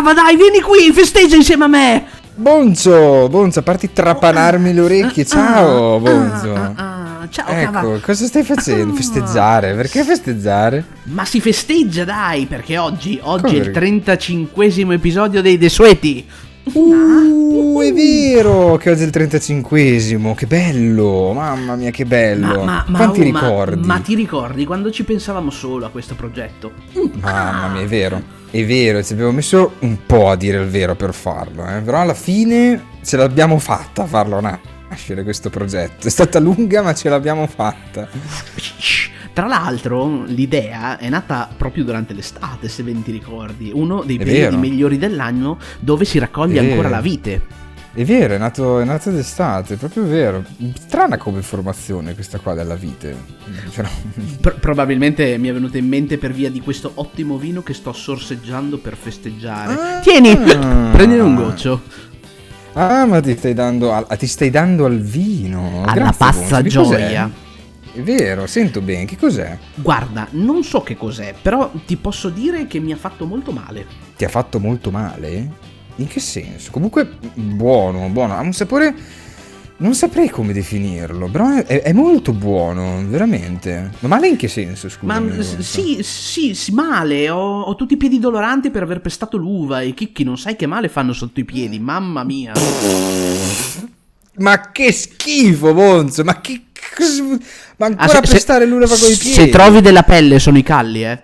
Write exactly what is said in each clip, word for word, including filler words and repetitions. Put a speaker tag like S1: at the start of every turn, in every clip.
S1: Sava, dai, vieni qui, festeggia insieme a me.
S2: Bonzo, Bonzo, a parte trapanarmi le orecchie. Ciao, Bonzo.
S1: Ah, ah, ah, ciao,
S2: ecco,
S1: Cava.
S2: cosa stai facendo? Festeggiare? Perché festeggiare?
S1: Ma si festeggia, dai, perché oggi, oggi
S2: Come
S1: è il
S2: perché?
S1: trentacinquesimo episodio dei Desueti.
S2: Uh, è vero che oggi è il trentacinquesimo. Che bello, mamma mia, che bello.
S1: Ma, ma, ma,
S2: Quanti
S1: oh,
S2: ricordi?
S1: Ma, ma ti ricordi quando ci pensavamo solo a questo progetto?
S2: Mamma mia, è vero, è vero, ci abbiamo messo un po' a dire il vero per farlo, eh? Però alla fine ce l'abbiamo fatta a farlo nascere questo progetto. È stata lunga, ma ce l'abbiamo fatta.
S1: Tra l'altro, l'idea è nata proprio durante l'estate, se ben ti ricordi. Uno dei
S2: È
S1: periodi
S2: vero.
S1: migliori dell'anno dove si raccoglie
S2: È
S1: ancora
S2: vero.
S1: la vite.
S2: È vero, è nato, è nato d'estate, è proprio vero. Strana come formazione questa qua della vite. Però...
S1: Pro- probabilmente mi è venuta in mente per via di questo ottimo vino che sto sorseggiando per festeggiare.
S2: Ah.
S1: Tieni, prendine un goccio.
S2: Ah, ma ti stai dando al, ti stai dando al vino.
S1: Alla
S2: Grazie,
S1: pazza
S2: Bonzo. Che
S1: gioia.
S2: cos'è? È vero, sento bene. Che cos'è?
S1: Guarda, non so che cos'è, però ti posso dire che mi ha fatto molto male.
S2: Ti ha fatto molto male? In che senso? Comunque buono, buono. Ha un sapore... Non saprei come definirlo, però è, è molto buono, veramente. Ma male in che senso,
S1: Ma
S2: scusami?
S1: s-
S2: Bonzo?
S1: sì, sì, sì, male. Ho, ho tutti i piedi doloranti per aver pestato l'uva. E chicchi, non sai che male fanno sotto i piedi, mamma mia.
S2: Ma che schifo, Bonzo! Ma che... cos- Ma ancora
S1: Ah, se- se-
S2: pestare l'uva con i piedi?
S1: Se trovi della pelle sono i calli, eh.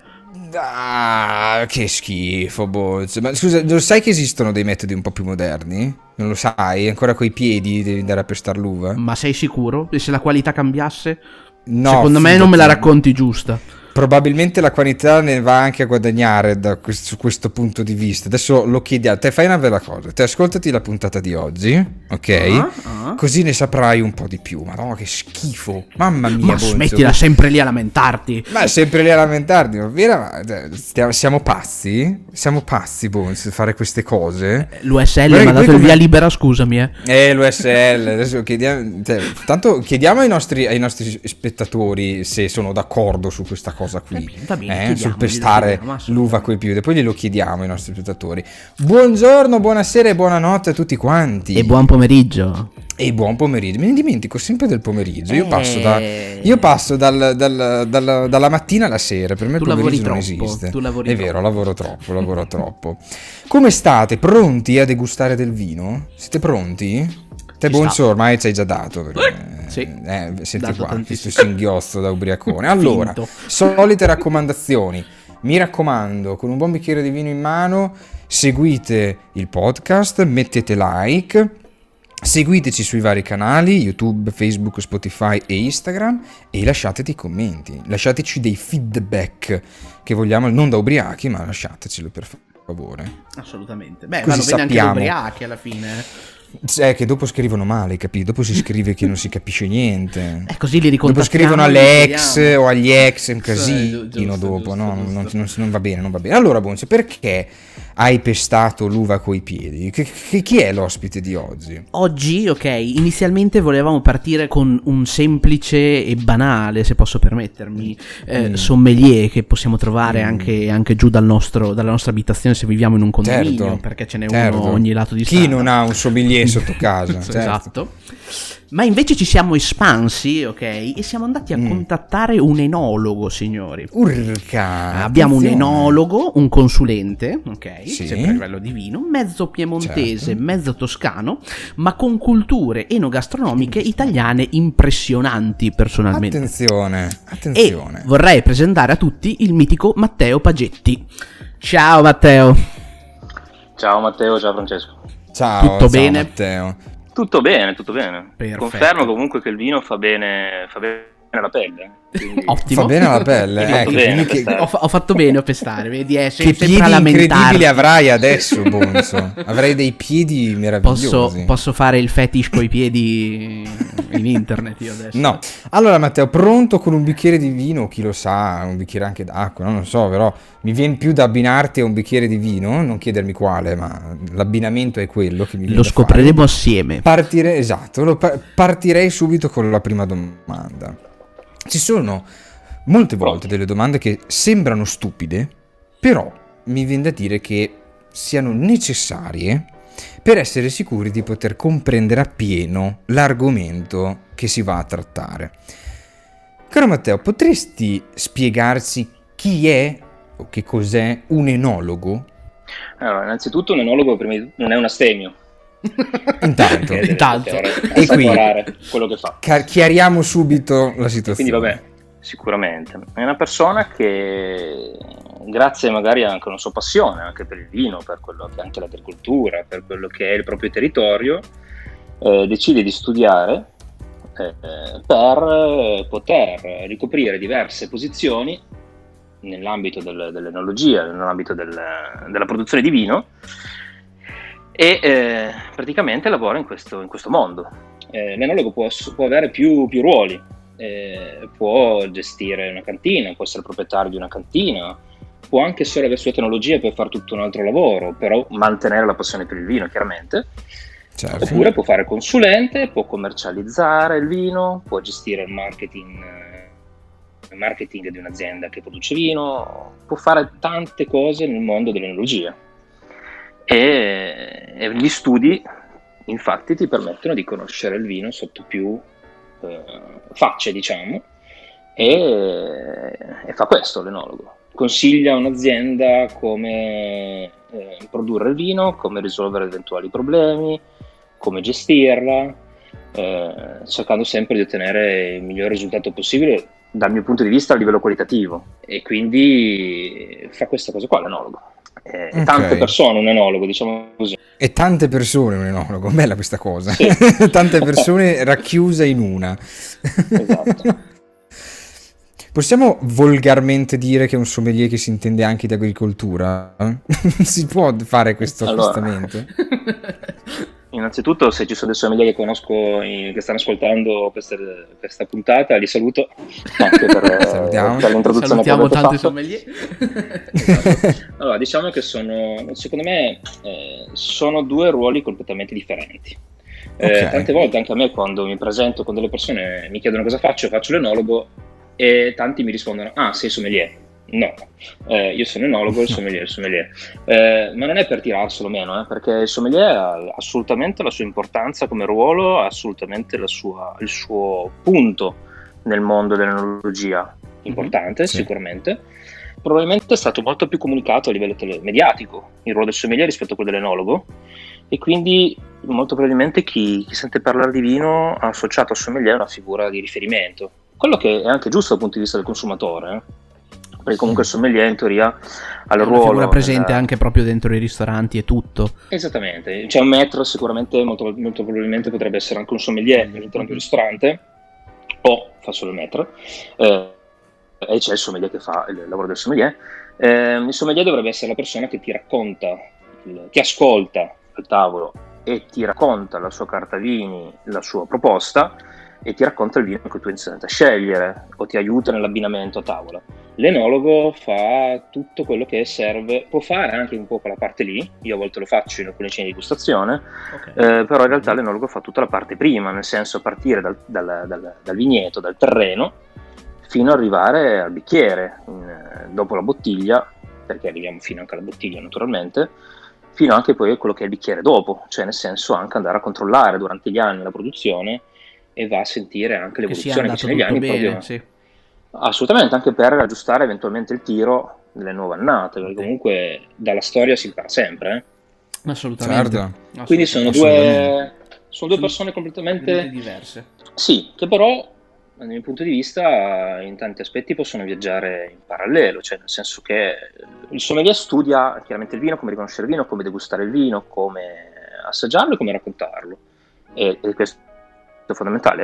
S2: Ah, che schifo, Bonzo. Ma scusa, lo sai che esistono dei metodi un po' più moderni? Non lo sai? Ancora coi piedi devi andare a pestare l'uva?
S1: Ma sei sicuro? E se la qualità cambiasse?
S2: No,
S1: Secondo me non me la
S2: fidati.
S1: racconti giusta.
S2: Probabilmente la qualità ne va anche a guadagnare da questo, su questo punto di vista. Adesso lo chiedi a te, fai una bella cosa. Te ascoltati la puntata di oggi, ok?
S1: Ah, ah.
S2: Così ne saprai un po' di più. Madonna, che schifo. Mamma mia,
S1: Ma
S2: Bonzo.
S1: smettila sempre lì a lamentarti.
S2: Ma è sempre lì a lamentarti, ma vera, ma, cioè, stiamo- siamo pazzi? Siamo pazzi, Bonzo, fare queste cose?
S1: L'U S L
S2: Guarda
S1: mi
S2: che
S1: ha dato
S2: poi
S1: il via
S2: come-
S1: libera, scusami, eh.
S2: Eh, l'U S L, adesso chiediamo, cioè, tanto chiediamo ai nostri, ai nostri spettatori se sono d'accordo su questa cosa qui,
S1: Va bene, va bene,
S2: eh,
S1: chiediamogli,
S2: sul
S1: lo
S2: pestare
S1: chiediamo, assolutamente.
S2: l'uva coi piedi, poi glielo chiediamo ai nostri spettatori. Buongiorno, buonasera e buonanotte a tutti quanti.
S1: E buon pomeriggio.
S2: E buon pomeriggio, me ne dimentico sempre del pomeriggio. Io
S1: Eh.
S2: passo, da, io passo dal- dal- dal- dalla mattina alla sera. Per me il
S1: Tu lavori
S2: pomeriggio non
S1: troppo,
S2: esiste.
S1: tu lavori
S2: È
S1: troppo.
S2: vero, lavoro troppo, lavoro troppo. Come state? Pronti a degustare del vino? Siete pronti? Te
S1: Ci
S2: Bonzo
S1: sta.
S2: ormai ci hai già dato. Perché,
S1: Sì.
S2: eh, senti
S1: Dato
S2: qua,
S1: tantissimo.
S2: questo singhiozzo da ubriacone. Allora,
S1: Finto.
S2: solite raccomandazioni. Mi raccomando, con un buon bicchiere di vino in mano, seguite il podcast, mettete like. Seguiteci sui vari canali YouTube, Facebook, Spotify e Instagram e lasciateci commenti, lasciateci dei feedback che vogliamo, non da ubriachi, ma lasciatecelo per favore.
S1: Assolutamente. Beh,
S2: Così
S1: vanno bene anche gli
S2: sappiamo.
S1: ubriachi alla fine. eh.
S2: È che dopo scrivono male, capito? Dopo si scrive che non si capisce niente.
S1: Eh, così li
S2: Dopo
S1: ricontattiamo.
S2: scrivono
S1: e li
S2: alle ex
S1: chiediamo.
S2: o agli ex, è un
S1: Sì,
S2: casino
S1: giusto,
S2: dopo,
S1: giusto,
S2: no?
S1: giusto.
S2: Non, non- non va bene, non va bene. Allora, Bonzo, perché hai pestato l'uva coi piedi? Che- che- chi è l'ospite di oggi?
S1: Oggi, ok, inizialmente volevamo partire con un semplice e banale, se posso permettermi, eh,
S2: Mm.
S1: sommelier che possiamo trovare
S2: Mm.
S1: anche, anche giù dal nostro, dalla nostra abitazione se viviamo in un condominio,
S2: Certo,
S1: perché ce n'è
S2: certo.
S1: uno a ogni lato di strada.
S2: Chi non ha un sommelier sotto casa? Certo.
S1: Esatto. Ma invece ci siamo espansi, ok, e siamo andati a
S2: Mm.
S1: contattare un enologo, signori.
S2: Urca!
S1: Abbiamo un
S2: attenzione.
S1: enologo, un consulente, ok,
S2: Sì.
S1: sempre a livello di vino, mezzo piemontese,
S2: Certo.
S1: mezzo toscano, ma con culture enogastronomiche italiane impressionanti personalmente.
S2: Attenzione,
S1: E
S2: attenzione.
S1: vorrei presentare a tutti il mitico Matteo Pagetti. Ciao Matteo.
S3: Ciao Matteo, ciao Francesco.
S2: Ciao,
S1: tutto
S2: ciao,
S1: bene?
S2: Matteo.
S3: Tutto bene, tutto bene.
S1: Perfetto.
S3: Confermo comunque che il vino fa bene, fa bene alla pelle. quindi-
S1: Ottimo.
S2: Fa bene alla pelle,
S3: Hai
S2: eh,
S3: fatto
S2: che,
S3: bene
S2: quindi
S3: a
S2: che,
S3: pestare.
S1: Ho, fa- ho fatto bene a pestare, vedi, è se-
S2: che
S1: sempre
S2: piedi
S1: a lamentarti.
S2: incredibili avrai adesso, Bonzo. Avrai dei piedi meravigliosi.
S1: Posso, posso fare il fetish coi piedi in internet io adesso.
S2: No, allora Matteo, pronto con un bicchiere di vino, chi lo sa, un bicchiere anche d'acqua, non lo so, però mi viene più da abbinarti a un bicchiere di vino, non chiedermi quale, ma l'abbinamento è quello che mi viene
S1: Lo
S2: da
S1: scopriremo assieme.
S2: fare. Partire, esatto, lo pa- partirei subito con la prima domanda. Ci sono molte volte delle domande che sembrano stupide, però mi viene da dire che siano necessarie per essere sicuri di poter comprendere appieno l'argomento che si va a trattare. Caro Matteo, potresti spiegarci chi è o che cos'è un enologo?
S3: Allora, innanzitutto un enologo prima di- non è un astemio.
S2: Intanto,
S3: Deve
S1: Intanto.
S3: poter
S2: E qui-
S3: assaporare quello che fa.
S2: Ca- chiariamo subito la situazione.
S3: Quindi vabbè, sicuramente. È una persona che, grazie magari anche a una sua passione, anche per il vino, per quello che è anche l'agricoltura, per quello che è il proprio territorio, eh, decide di studiare eh, per eh, poter ricoprire diverse posizioni nell'ambito del- dell'enologia, nell'ambito del- della produzione di vino e eh, praticamente lavora in questo, in questo mondo. Eh, l'enologo può, ass- può avere più, più ruoli, eh, può gestire una cantina, può essere proprietario di una cantina, può anche solo avere sue tecnologie per fare tutto un altro lavoro, però mantenere la passione per il vino chiaramente.
S2: Certo.
S3: Oppure può fare consulente, può commercializzare il vino, può gestire il marketing, eh, il marketing di un'azienda che produce vino, può fare tante cose nel mondo dell'enologia. E, e gli studi, infatti, ti permettono di conoscere il vino sotto più eh, facce, diciamo, e, e fa questo l'enologo. Consiglia a un'azienda come eh, produrre il vino, come risolvere eventuali problemi, come gestirla, eh, cercando sempre di ottenere il miglior risultato possibile dal mio punto di vista a livello qualitativo, e quindi fa questa cosa qua l'enologo. Eh,
S2: Ok.
S3: Tante persone un enologo, diciamo così.
S2: E tante persone un enologo, bella questa cosa.
S3: Sì.
S2: Tante persone racchiuse in una.
S3: Esatto.
S2: Possiamo volgarmente dire che è un sommelier che si intende anche di agricoltura? Si può fare questo
S3: Allora.
S2: accostamento?
S3: Innanzitutto, se ci sono dei sommelier che conosco in- che stanno ascoltando queste- questa puntata, li saluto anche per,
S2: Salutiamo.
S3: per l'introduzione che
S1: Salutiamo
S3: avete
S1: tanti
S3: fatto.
S1: sommelier.
S3: Esatto. Allora, diciamo che sono, secondo me, eh, sono due ruoli completamente differenti. Eh,
S2: Ok.
S3: Tante volte anche a me, quando mi presento con delle persone, mi chiedono cosa faccio, faccio l'enologo, e tanti mi rispondono: ah, sei sommelier. No, eh, io sono enologo, il sommelier, il sommelier. Eh, ma non è per tirarselo meno, eh, perché il sommelier ha assolutamente la sua importanza come ruolo, ha assolutamente la sua- il suo punto nel mondo dell'enologia importante,
S2: Sì.
S3: sicuramente. Probabilmente è stato molto più comunicato a livello tele- mediatico il ruolo del sommelier rispetto a quello dell'enologo, e quindi molto probabilmente chi, chi sente parlare di vino ha associato al sommelier una figura di riferimento, quello che è anche giusto dal punto di vista del consumatore, eh. Perché comunque il sommelier in teoria ha il
S1: È una
S3: ruolo
S1: figura presente
S3: nella-
S1: anche proprio dentro i ristoranti e tutto.
S3: Esattamente, c'è un maître, sicuramente molto, molto probabilmente potrebbe essere anche un sommelier all'interno di un ristorante, o fa solo il maître, eh, e c'è il sommelier che fa il lavoro del sommelier. Eh, il sommelier dovrebbe essere la persona che ti racconta, il- ti ascolta al tavolo e ti racconta la sua carta vini, la sua proposta, e ti racconta il vino che tu inizi a scegliere o ti aiuta nell'abbinamento a tavola. L'enologo fa tutto quello che serve, può fare anche un po' quella parte lì, io a volte lo faccio in alcune cene di degustazione, eh, però in realtà l'enologo fa tutta la parte prima, nel senso partire dal, dal- dal- dal vigneto, dal terreno, fino ad arrivare al bicchiere, in- dopo la bottiglia, perché arriviamo fino anche alla bottiglia naturalmente, fino anche poi a quello che è il bicchiere dopo, cioè nel senso anche andare a controllare durante gli anni la produzione e va a sentire anche
S1: Che sia
S3: l'evoluzione che c'è
S1: andato
S3: negli
S1: tutto
S3: anni
S1: bene,
S3: proprio.
S1: sì.
S3: Assolutamente, anche per aggiustare eventualmente il tiro nelle nuove annate, perché comunque dalla storia si impara sempre, eh.
S1: Assolutamente.
S2: Certo.
S3: Quindi sono
S2: Assolutamente.
S3: due, sono due
S1: Sono
S3: persone completamente
S1: Completamente diverse.
S3: sì, che però dal mio punto di vista in tanti aspetti possono viaggiare in parallelo, cioè nel senso che il sommelier studia chiaramente il vino, come riconoscere il vino, come degustare il vino, come assaggiarlo e come raccontarlo, e, e questo è fondamentale.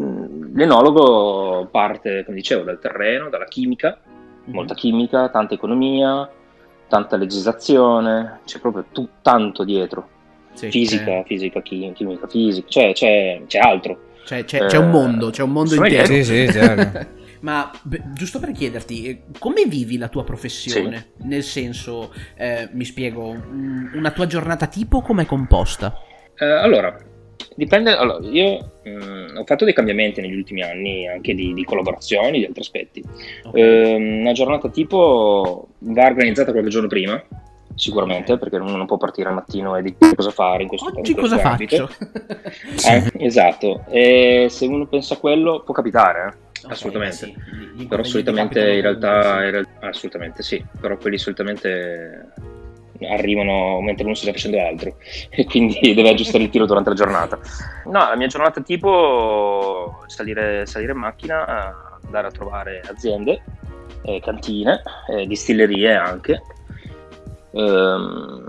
S3: L'enologo parte, come dicevo, dal terreno, dalla chimica, molta chimica, tanta economia, tanta legislazione, c'è proprio tu- tanto dietro,
S1: Sì,
S3: fisica,
S1: c'è-
S3: fisica, chi- chimica, fisica, cioè c'è, c'è altro.
S1: C'è, c'è- c'è un mondo, c'è un mondo
S3: sommelier.
S1: intero.
S2: Sì, sì, certo.
S1: Ma beh, giusto per chiederti, eh, come vivi la tua professione? Nel senso, eh, mi spiego, mm, una tua giornata tipo com'è composta?
S3: Eh, allora, dipende. Allora, io mh, ho fatto dei cambiamenti negli ultimi anni, anche di, di collaborazioni, di altri aspetti.
S1: Ok.
S3: Eh, una giornata tipo va organizzata qualche giorno prima, sicuramente, perché uno non può partire al mattino e dire cosa fare in questo,
S1: Oggi
S3: in questo
S1: cosa
S3: ambito.
S1: faccio?
S3: Eh, esatto, e se uno pensa a quello può capitare, eh?
S1: Okay,
S3: assolutamente,
S1: beh, sì. Gli- gli
S3: però
S1: inconvenienti
S3: solitamente
S1: capitano
S3: in realtà,
S1: ovunque,
S3: in realtà assolutamente sì, però quelli solitamente arrivano mentre uno si sta facendo altro e quindi deve aggiustare il tiro durante la giornata. No, la mia giornata tipo salire, salire in macchina, andare a trovare aziende, eh, cantine, eh, distillerie anche, ehm,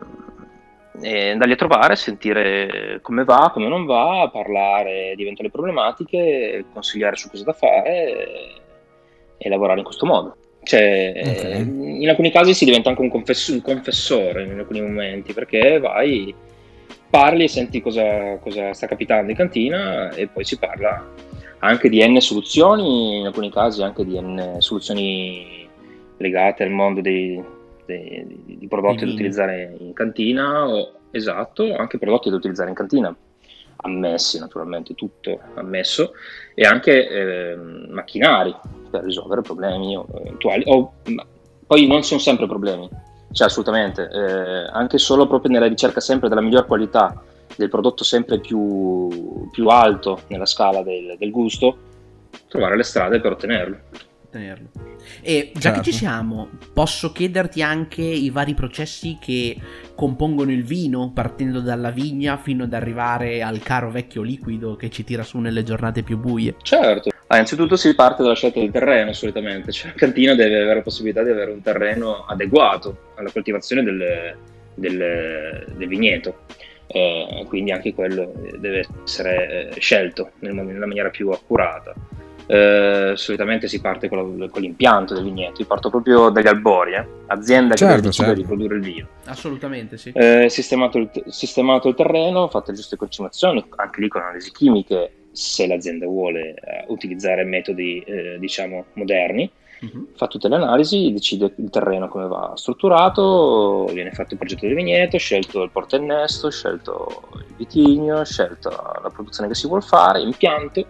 S3: e andarli a trovare, sentire come va, come non va, parlare di eventuali problematiche, consigliare su cosa da fare e, e lavorare in questo modo. Cioè,
S2: Ok.
S3: in alcuni casi si diventa anche un, confess- un confessore in alcuni momenti, perché vai, parli e senti cosa, cosa sta capitando in cantina e poi si parla anche di N soluzioni, in alcuni casi anche di N soluzioni legate al mondo dei, dei, di prodotti da
S1: vini.
S3: utilizzare in cantina, o, esatto, anche prodotti da utilizzare in cantina, ammessi naturalmente, tutto ammesso, e anche eh, macchinari per risolvere problemi eventuali, o, ma, poi non sono sempre problemi, cioè assolutamente, eh, anche solo proprio nella ricerca sempre della miglior qualità, del prodotto sempre più, più alto nella scala del, del gusto, trovare le strade per ottenerlo.
S1: Tenerlo. E già che ci
S2: Certo.
S1: siamo, posso chiederti anche i vari processi che compongono il vino, partendo dalla vigna fino ad arrivare al caro vecchio liquido che ci tira su nelle giornate più buie?
S3: Certo, ah, innanzitutto si parte dalla scelta del terreno solitamente, cioè la cantina deve avere la possibilità di avere un terreno adeguato alla coltivazione del, del, del vigneto, eh, quindi anche quello deve essere eh, scelto nel, nella maniera più accurata. Eh, solitamente si parte con, la, con l'impianto del vigneto, io parto proprio dagli albori, eh, azienda che
S2: Certo,
S3: deve decidere
S2: certo.
S3: di produrre il vino.
S1: Assolutamente sì.
S3: Eh, sistemato, il, sistemato il terreno, fatte le giuste concimazioni, anche lì con analisi chimiche, se l'azienda vuole eh, utilizzare metodi eh, diciamo moderni,
S1: Mhm.
S3: fa tutte le analisi, decide il terreno come va strutturato, viene fatto il progetto del vigneto, scelto il porta innesto, scelto il vitigno, scelta la produzione che si vuole fare, impianto,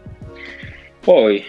S3: poi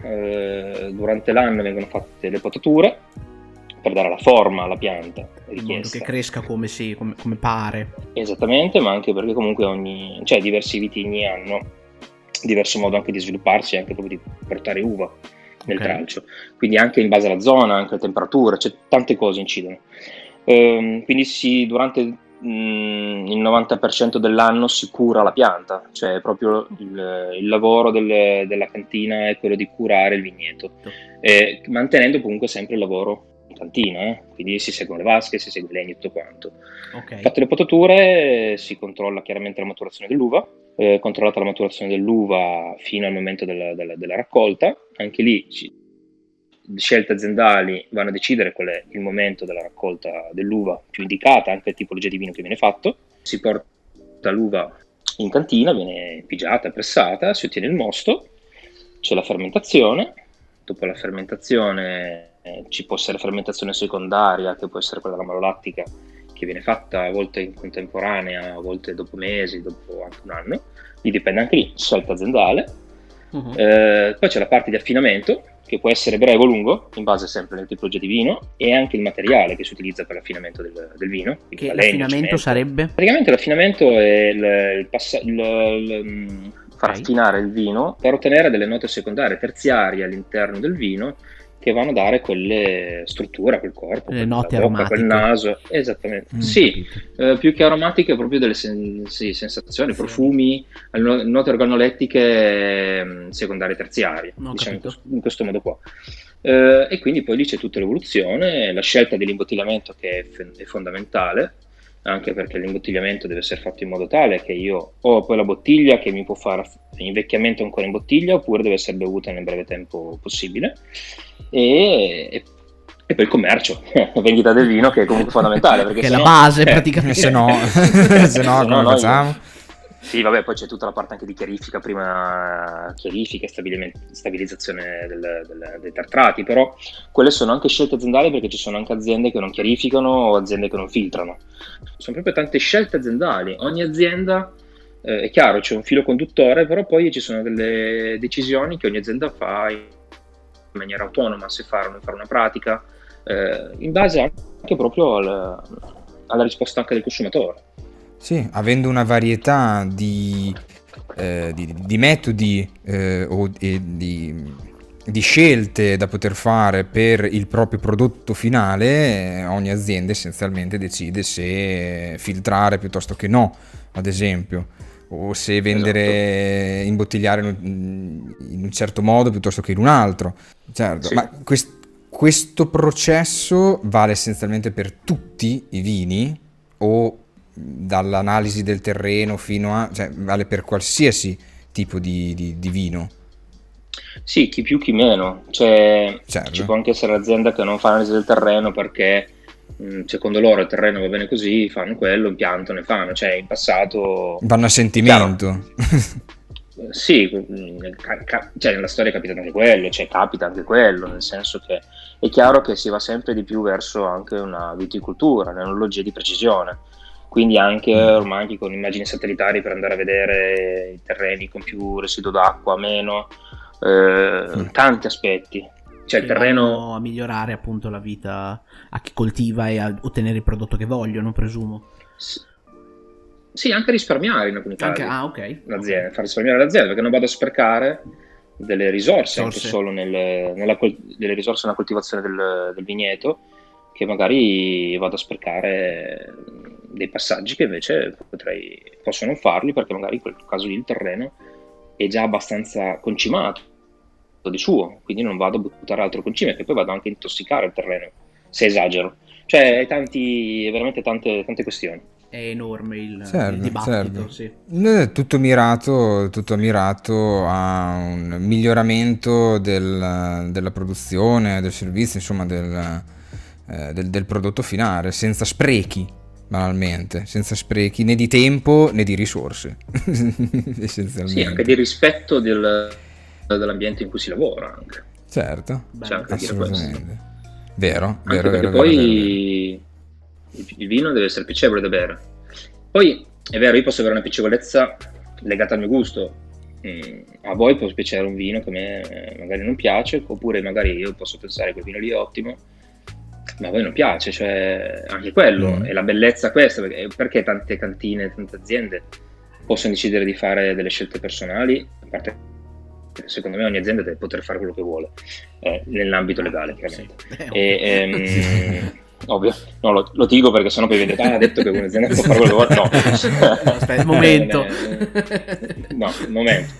S3: eh, durante l'anno vengono fatte le potature per dare la forma alla pianta
S1: In modo
S3: richiesta.
S1: che cresca come, si, come, come pare.
S3: Esattamente, ma anche perché comunque ogni, cioè diversi vitigni hanno diverso modo anche di svilupparsi e anche proprio di portare uva nel
S1: Ok.
S3: tralcio, quindi anche in base alla zona, anche alle temperature, cioè tante cose incidono. Ehm, quindi si, durante mh, il novanta per cento dell'anno si cura la pianta, cioè proprio il, il lavoro delle- della cantina è quello di curare il vigneto, eh, mantenendo comunque sempre il lavoro in cantina, eh? Quindi si seguono le vasche, si segue i legni e tutto quanto.
S1: Ok.
S3: Fatte le potature, si controlla chiaramente la maturazione dell'uva, eh, controllata la maturazione dell'uva fino al momento della, della- della raccolta, anche lì ci- scelte aziendali vanno a decidere qual è il momento della raccolta dell'uva più indicata, anche il tipologia di vino che viene fatto. Si porta l'uva in cantina, viene pigiata, pressata, si ottiene il mosto, c'è la fermentazione, dopo la fermentazione eh, ci può essere fermentazione secondaria, che può essere quella della malolattica, che viene fatta a volte in contemporanea, a volte dopo mesi, dopo anche un anno, lì dipende anche lì, scelta aziendale.
S1: Mhm.
S3: Eh, poi c'è la parte di affinamento, che può essere breve o lungo, in base sempre alla tipologia di vino, e anche il materiale che si utilizza per l'affinamento del, del vino.
S1: Che
S3: la legna, il
S1: l'affinamento
S3: cemento.
S1: sarebbe?
S3: Praticamente l'affinamento è il, il, passa- il, il far
S1: Ok.
S3: affinare il vino per ottenere delle note secondarie, terziarie all'interno del vino, che vanno a dare quelle strutture a quel corpo,
S1: Le
S3: quella
S1: note
S3: bocca, quel
S1: aromatiche.
S3: naso. Esattamente.
S2: Mm,
S3: Sì,
S1: Capito.
S3: eh, più che aromatiche, proprio delle sen- sì, sensazioni, profumi, no- note organolettiche eh, secondarie e terziarie,
S1: Ho
S3: diciamo in
S1: capito.
S3: questo, in questo modo qua. Eh, e quindi poi lì c'è tutta l'evoluzione, la scelta dell'imbottigliamento che è, f- è fondamentale, anche perché l'imbottigliamento deve essere fatto in modo tale che io ho poi la bottiglia che mi può fare invecchiamento ancora in bottiglia, oppure deve essere bevuta nel breve tempo possibile, e, e, e poi il commercio, la vendita del vino, che è comunque fondamentale, perché
S1: Che è
S3: se
S1: la
S3: no-
S1: base
S3: eh,
S1: praticamente.
S2: Se no, se no, come
S3: noi-
S2: facciamo?
S3: Sì, vabbè, poi c'è tutta la parte anche di chiarifica, prima chiarifica e stabilime- stabilizzazione del- del- dei tartrati, però quelle sono anche scelte aziendali, perché ci sono anche aziende che non chiarificano o aziende che non filtrano. Sono proprio tante scelte aziendali. Ogni azienda, eh, è chiaro, c'è un filo conduttore, però poi ci sono delle decisioni che ogni azienda fa in maniera autonoma, se fare o non fare una pratica, eh, in base anche proprio al, alla risposta anche del consumatore.
S2: Sì, avendo una varietà di, eh, di, di metodi eh, o di, di, di scelte da poter fare per il proprio prodotto finale, eh, ogni azienda essenzialmente decide se filtrare piuttosto che no, ad esempio, o se vendere, esatto, imbottigliare in un certo modo piuttosto che in un altro. Certo, sì. Ma quest, questo processo vale essenzialmente per tutti i vini o dall'analisi del terreno fino a, cioè vale per qualsiasi tipo di, di, di vino?
S3: Sì, chi più chi meno, cioè
S2: certo.
S3: Ci può anche essere l'azienda che non fa analisi del terreno perché mh, secondo loro il terreno va bene così, fanno quello, impiantano e fanno, cioè in passato
S2: vanno a sentimento.
S3: Sì, cioè nella storia capita anche quello, cioè capita anche quello, nel senso che è chiaro che si va sempre di più verso anche una viticoltura, un'enologia di precisione, quindi anche ormai anche con immagini satellitari per andare a vedere i terreni con più residuo d'acqua, meno, eh, mm. tanti aspetti. Cioè
S1: che
S3: il terreno
S1: a migliorare appunto la vita a chi coltiva e a ottenere il prodotto che vogliono, presumo.
S3: Sì. Sì, anche risparmiare in alcuni casi.
S1: Anche, ah, ok.
S3: L'azienda, far risparmiare l'azienda perché non vado a sprecare delle risorse, anche solo nel, nella, delle risorse nella coltivazione del, del vigneto, che magari vado a sprecare dei passaggi che invece potrei, posso non farli perché magari in quel caso lì il terreno è già abbastanza concimato di suo, quindi non vado a buttare altro concime, che poi vado anche a intossicare il terreno se esagero. Cioè tanti, veramente tante, tante questioni.
S1: È enorme il,
S2: certo,
S1: il dibattito,
S2: certo.
S1: Sì.
S2: Tutto mirato, tutto mirato a un miglioramento del, della produzione, del servizio, insomma del, eh, del, del prodotto finale, senza sprechi, banalmente, senza sprechi né di tempo né di risorse, essenzialmente.
S3: Sì, anche di rispetto del, dell'ambiente in cui si lavora anche.
S2: Certo,
S3: c'è anche
S2: assolutamente. Vero,
S3: anche
S2: vero,
S3: perché
S2: vero,
S3: poi
S2: vero, vero.
S3: il vino deve essere piacevole da bere. Poi è vero, io posso avere una piacevolezza legata al mio gusto, mm, a voi può piacere un vino che a me magari non piace, oppure magari io posso pensare che quel vino lì è ottimo ma a voi non piace, cioè anche quello mm. è la bellezza questa, perché, perché tante cantine, tante aziende possono decidere di fare delle scelte personali, a parte secondo me ogni azienda deve poter fare quello che vuole, eh, nell'ambito legale chiaramente. Sì, e, ehm, ovvio, no, lo, lo dico perché sennò poi vedete, ah, ha detto che un'azienda può fare quello che vuole, no.
S1: no aspetta, momento.
S3: no, momento.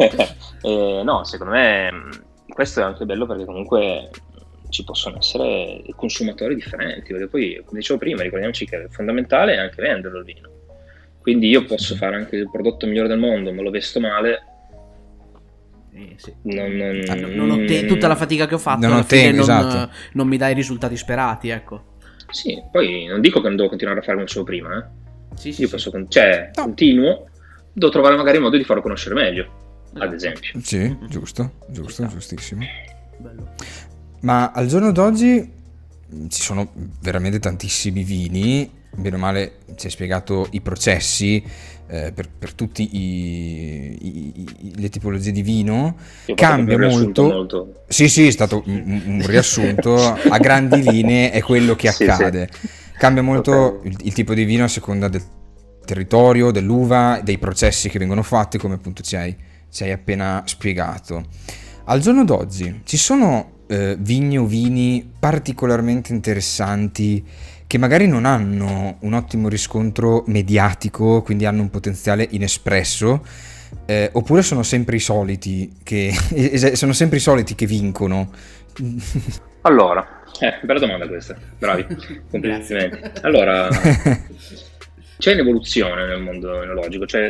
S3: eh, no, secondo me questo è anche bello perché comunque ci possono essere consumatori differenti, perché poi, come dicevo prima, ricordiamoci che è fondamentale anche venderlo il vino, quindi io posso fare anche il prodotto migliore del mondo, ma lo vesto male.
S1: Eh, sì.
S3: non, non,
S1: ah, non ottengo tutta la fatica che ho fatto,
S2: non
S1: alla fine non,
S2: esatto.
S1: non mi dà i risultati sperati, ecco.
S3: Sì, poi non dico che non devo continuare a fare come dicevo prima, eh.
S1: Sì, sì,
S3: io
S1: sì.
S3: posso, con- cioè, no. continuo, devo trovare magari il modo di farlo conoscere meglio, ad esempio.
S2: Sì, giusto, giusto, giustissimo.
S1: Bello.
S2: Ma al giorno d'oggi ci sono veramente tantissimi vini, bene o male ci hai spiegato i processi eh, per, per tutti i, i, i, le tipologie di vino. Cambia molto.
S3: molto
S2: sì sì è stato un, un riassunto a grandi linee, è quello che accade. Sì, sì. Cambia molto okay. il, il tipo di vino a seconda del territorio, dell'uva, dei processi che vengono fatti, come appunto ci hai, ci hai appena spiegato. Al giorno d'oggi ci sono eh, vigni o vini particolarmente interessanti che magari non hanno un ottimo riscontro mediatico, quindi hanno un potenziale inespresso, eh, oppure sono sempre i soliti che sono sempre i soliti che vincono?
S3: Allora, eh, bella domanda questa, bravi, complimenti. Allora, c'è un'evoluzione nel mondo enologico, cioè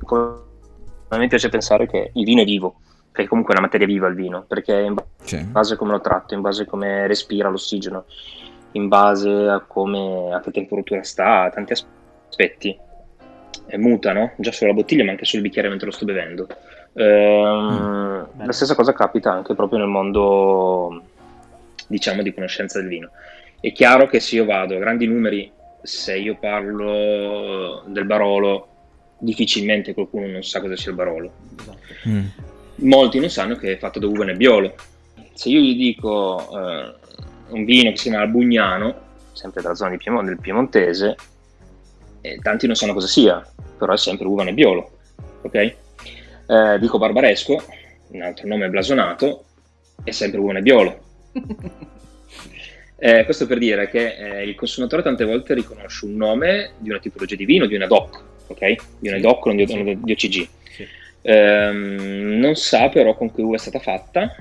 S3: a me piace pensare che il vino è vivo, perché comunque è una materia viva il vino, perché in base a come lo tratto, in base a come respira l'ossigeno, in base a come a che temperatura sta, tanti aspetti e mutano già sulla bottiglia ma anche sul bicchiere mentre lo sto bevendo. Ehm, mm, la stessa cosa capita anche proprio nel mondo, diciamo, di conoscenza del vino. È chiaro che se io vado a grandi numeri, se io parlo del Barolo, difficilmente qualcuno non sa cosa sia il Barolo. Mm. Molti non sanno che è fatto da uva Nebbiolo. Se io gli dico eh, un vino che si chiama Albugnano, sempre dalla zona di Piemont- del Piemontese, e tanti non sanno cosa sia, però è sempre uva Nebbiolo, ok? Eh, dico Barbaresco, un altro nome blasonato, è sempre uva Nebbiolo. Eh, questo per dire che eh, il consumatore tante volte riconosce un nome di una tipologia di vino, di una D O C, ok? Di una
S1: Sì,
S3: D O C, non di,
S1: sì.
S3: di O C G.
S1: Sì.
S3: Ehm, non sa però con che uva è stata fatta,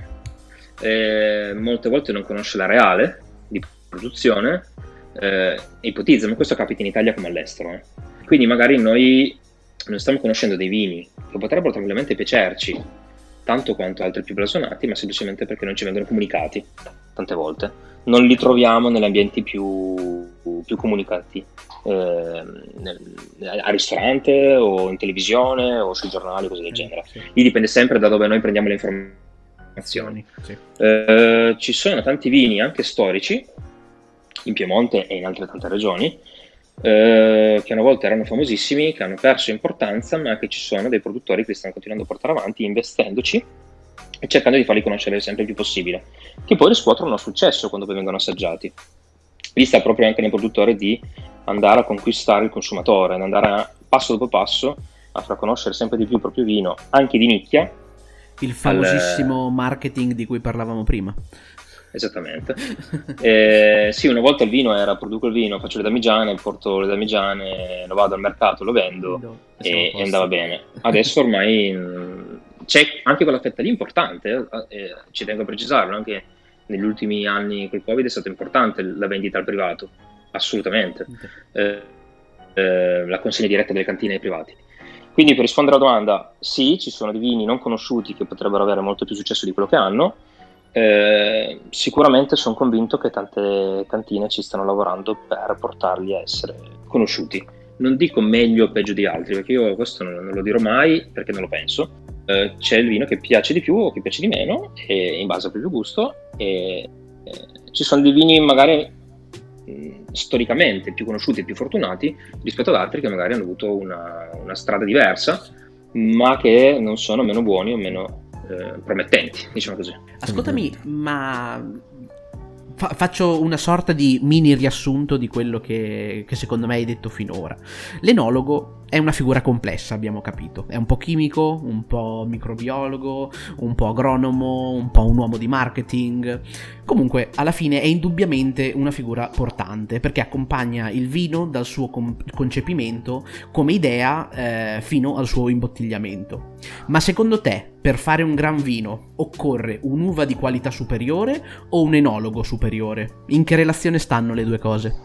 S3: eh, molte volte non conosce la reale di produzione, eh, ipotizza, ma questo capita in Italia come all'estero. Eh. Quindi magari noi non stiamo conoscendo dei vini che potrebbero tranquillamente piacerci, tanto quanto altri più blasonati, ma semplicemente perché non ci vengono comunicati tante volte. Non li troviamo negli ambienti più, più comunicati, eh, nel, al ristorante o in televisione o sui giornali, cose del
S1: Sì,
S3: genere.
S1: sì.
S3: Lì dipende sempre da dove noi prendiamo le informazioni.
S1: Sì.
S3: Eh, ci sono tanti vini anche storici in Piemonte e in altre tante regioni eh, che una volta erano famosissimi, che hanno perso importanza, ma che ci sono dei produttori che li stanno continuando a portare avanti investendoci e cercando di farli conoscere sempre il più possibile, che poi riscuotono successo quando poi vengono assaggiati. Lì sta proprio anche nel produttore di andare a conquistare il consumatore, ad andare a, passo dopo passo a far conoscere sempre di più il proprio vino, anche di nicchia.
S1: Il famosissimo
S3: al...
S1: marketing di cui parlavamo prima.
S3: Esattamente. Eh, sì, una volta il vino era: produco il vino, faccio le damigiane, porto le damigiane, lo vado al mercato, lo vendo
S1: No,
S3: e, e andava bene. Adesso ormai mh, c'è anche quella fetta lì importante, eh, eh, ci tengo a precisarlo, anche negli ultimi anni col Covid è stata importante la vendita al privato, assolutamente. Eh, eh, la consegna diretta delle cantine ai privati. Quindi, per rispondere alla domanda, sì, ci sono dei vini non conosciuti che potrebbero avere molto più successo di quello che hanno. Eh, sicuramente sono convinto che tante cantine ci stanno lavorando per portarli a essere conosciuti. Non dico meglio o peggio di altri, perché io questo non, non lo dirò mai, perché non lo penso. Eh, c'è il vino che piace di più o che piace di meno, e in base al proprio gusto, e eh, ci sono dei vini magari mh, storicamente più conosciuti e più fortunati rispetto ad altri che magari hanno avuto una, una strada diversa, ma che non sono meno buoni o meno Eh, promettenti, diciamo così.
S1: Ascoltami, ma fa- faccio una sorta di mini riassunto di quello che, che secondo me hai detto finora. L'enologo è una figura complessa, abbiamo capito. È un po' chimico, un po' microbiologo, un po' agronomo, un po' un uomo di marketing. Comunque, alla fine è indubbiamente una figura portante, perché accompagna il vino dal suo com- concepimento come idea eh, fino al suo imbottigliamento. Ma secondo te, per fare un gran vino, occorre un'uva di qualità superiore o un enologo superiore? In che relazione stanno le due cose?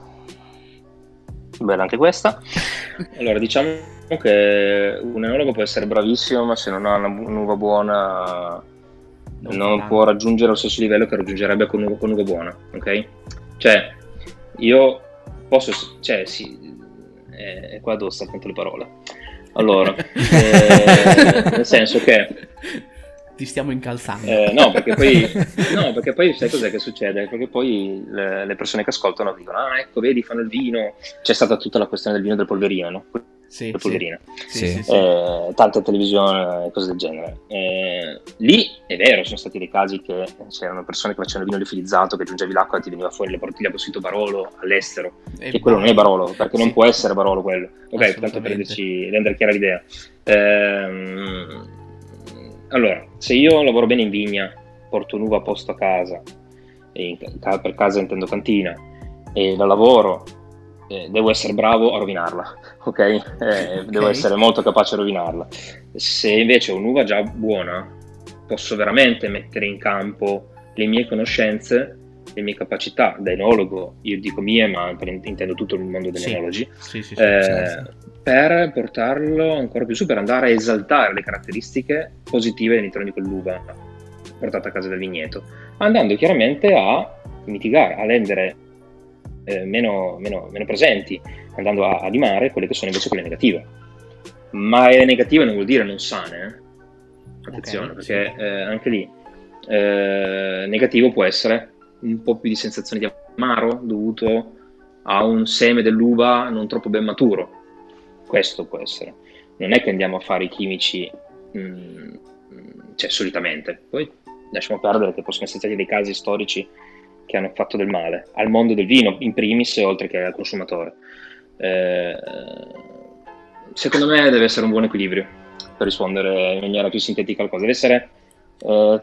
S3: Bella anche questa. Allora, diciamo che un enologo può essere bravissimo, ma se non ha una, un'uva buona non, non può raggiungere lo stesso livello che raggiungerebbe con un'uva, con un'uva buona, ok? Cioè, io posso, cioè, sì, è, è qua dove sta appunto le parole. Allora, eh, nel senso che
S1: ti stiamo incalzando.
S3: Eh, no, perché poi, no, perché poi sai cos'è che succede? Perché poi le, le persone che ascoltano dicono: ah, ecco, vedi, fanno il vino. C'è stata tutta la questione del vino del polverino, no?
S1: Sì,
S3: del polverino.
S1: Sì,
S2: Sì.
S1: sì, sì.
S3: Eh, tante televisioni e cose del genere. Eh, lì è vero, sono stati dei casi che c'erano persone che facevano il vino liofilizzato, che aggiungevi l'acqua e ti veniva fuori la bottiglia con scritto Barolo all'estero,
S1: E
S3: che quello non è Barolo, perché
S1: sì.
S3: non può essere Barolo quello. Ok, tanto per
S1: Assolutamente.
S3: renderci, rendere chiara l'idea. Ehm, allora, se io lavoro bene in vigna, porto un'uva a posto a casa, e in, ca- per casa intendo cantina, e la lavoro, eh, devo essere bravo a rovinarla, ok? Eh,
S1: Ok.
S3: Devo essere molto capace a rovinarla. Se invece ho un'uva già buona, posso veramente mettere in campo le mie conoscenze, le mie capacità da enologo, io dico mie, ma per- intendo tutto il mondo degli
S1: Sì.
S3: enologi,
S1: Sì, sì, sì,
S3: eh,
S2: certo.
S3: per portarlo ancora più su, per andare a esaltare le caratteristiche positive all'interno di quell'uva portata a casa dal vigneto, andando chiaramente a mitigare, a rendere eh, meno, meno, meno presenti, andando a, a limare quelle che sono invece quelle negative. Ma le negative non vuol dire non sane, eh? Attenzione,
S1: Ok,
S3: perché
S1: sì.
S3: eh, anche lì eh, negativo può essere un po' più di sensazione di amaro dovuto a un seme dell'uva non troppo ben maturo. Questo può essere. Non è che andiamo a fare i chimici mh, cioè solitamente. Poi lasciamo perdere che possono essere stati dei casi storici che hanno fatto del male al mondo del vino in primis, oltre che al consumatore. Eh, secondo me deve essere un buon equilibrio, per rispondere in maniera più sintetica al cosa. Deve essere eh,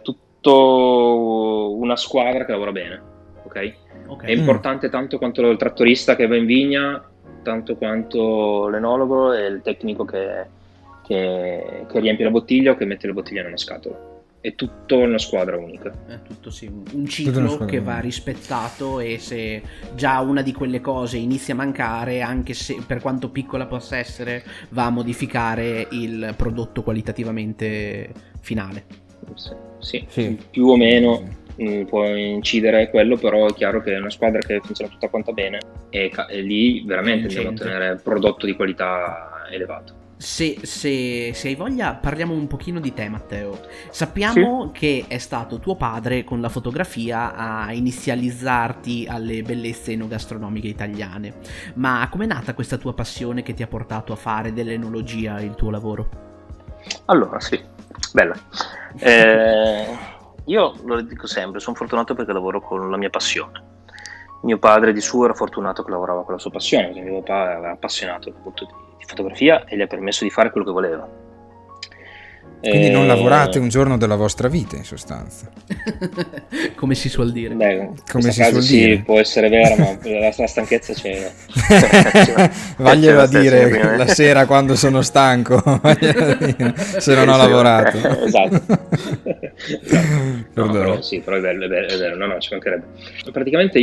S3: tutto una squadra che lavora bene, ok?
S1: Ok.
S3: È importante tanto quanto il trattorista che va in vigna, tanto quanto l'enologo e il tecnico che, che, che riempie la bottiglia o che mette le bottiglie in una scatola. È tutto una squadra unica.
S1: È tutto sì, un un ciclo che va rispettato, e se già una di quelle cose inizia a mancare, anche se per quanto piccola possa essere, va a modificare il prodotto qualitativamente finale.
S3: Sì, sì.
S2: Sì.
S3: Più o meno mh, può incidere quello, però è chiaro che è una squadra che funziona tutta quanta bene e, ca- e lì veramente andiamo a
S1: Vincente.
S3: ottenere prodotto di qualità elevato.
S1: Se, se, se hai voglia, parliamo un pochino di te, Matteo. Sappiamo che è stato tuo padre con la fotografia a inizializzarti alle bellezze enogastronomiche italiane. Ma com'è nata questa tua passione che ti ha portato a fare dell'enologia il tuo lavoro?
S3: Allora, sì, bella. Eh, io lo dico sempre, sono fortunato perché lavoro con la mia passione. Mio padre di suo era fortunato che lavorava con la sua passione, perché mio papà era appassionato appunto di, di fotografia e gli ha permesso di fare quello che voleva.
S2: Quindi
S3: Eh,
S2: non lavorate un giorno della vostra vita, in sostanza.
S1: Come si suol dire.
S3: Beh,
S2: Come
S3: questa
S2: si
S3: frase
S2: suol
S3: sì,
S2: dire.
S3: può essere vera, ma la, la stanchezza c'è.
S2: Vaglielo a
S3: c'è la
S2: dire
S3: stessa,
S2: la sera quando sono stanco, vaglielo a dire, se non ho
S3: Sì,
S2: lavorato.
S3: esatto. Esatto. No,
S2: Perdono.
S3: però sì, però è bello, è bello, è vero, no, no, ci mancherebbe. Praticamente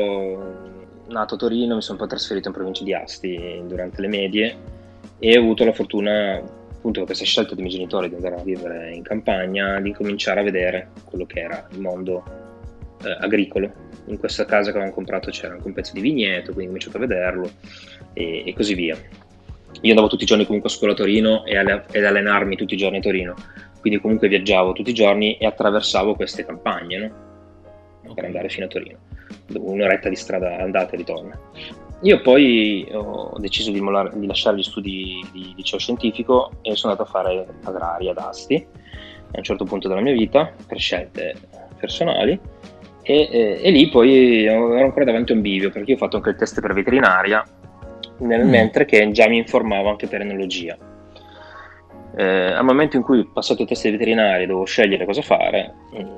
S3: io, nato a Torino, mi sono poi trasferito in provincia di Asti durante le medie e ho avuto la fortuna, appunto, per questa scelta dei miei genitori di andare a vivere in campagna, di cominciare a vedere quello che era il mondo eh, agricolo. In questa casa che avevamo comprato c'era anche un pezzo di vigneto, quindi ho cominciato a vederlo e, e così via. Io andavo tutti i giorni comunque a scuola a Torino e alle- ed allenarmi tutti i giorni a Torino, quindi comunque viaggiavo tutti i giorni e attraversavo queste campagne, no? Per andare fino a Torino, un'oretta di strada andata e ritorno. Io poi ho deciso di, mollare, di lasciare gli studi di liceo scientifico e sono andato a fare agraria ad Asti a un certo punto della mia vita per scelte personali e, e, e lì poi ero ancora davanti a un bivio, perché io ho fatto anche il test per veterinaria nel,
S2: Mm.
S3: mentre che già mi informavo anche per enologia. Eh, al momento in cui ho passato il test di veterinaria e dovevo scegliere cosa fare,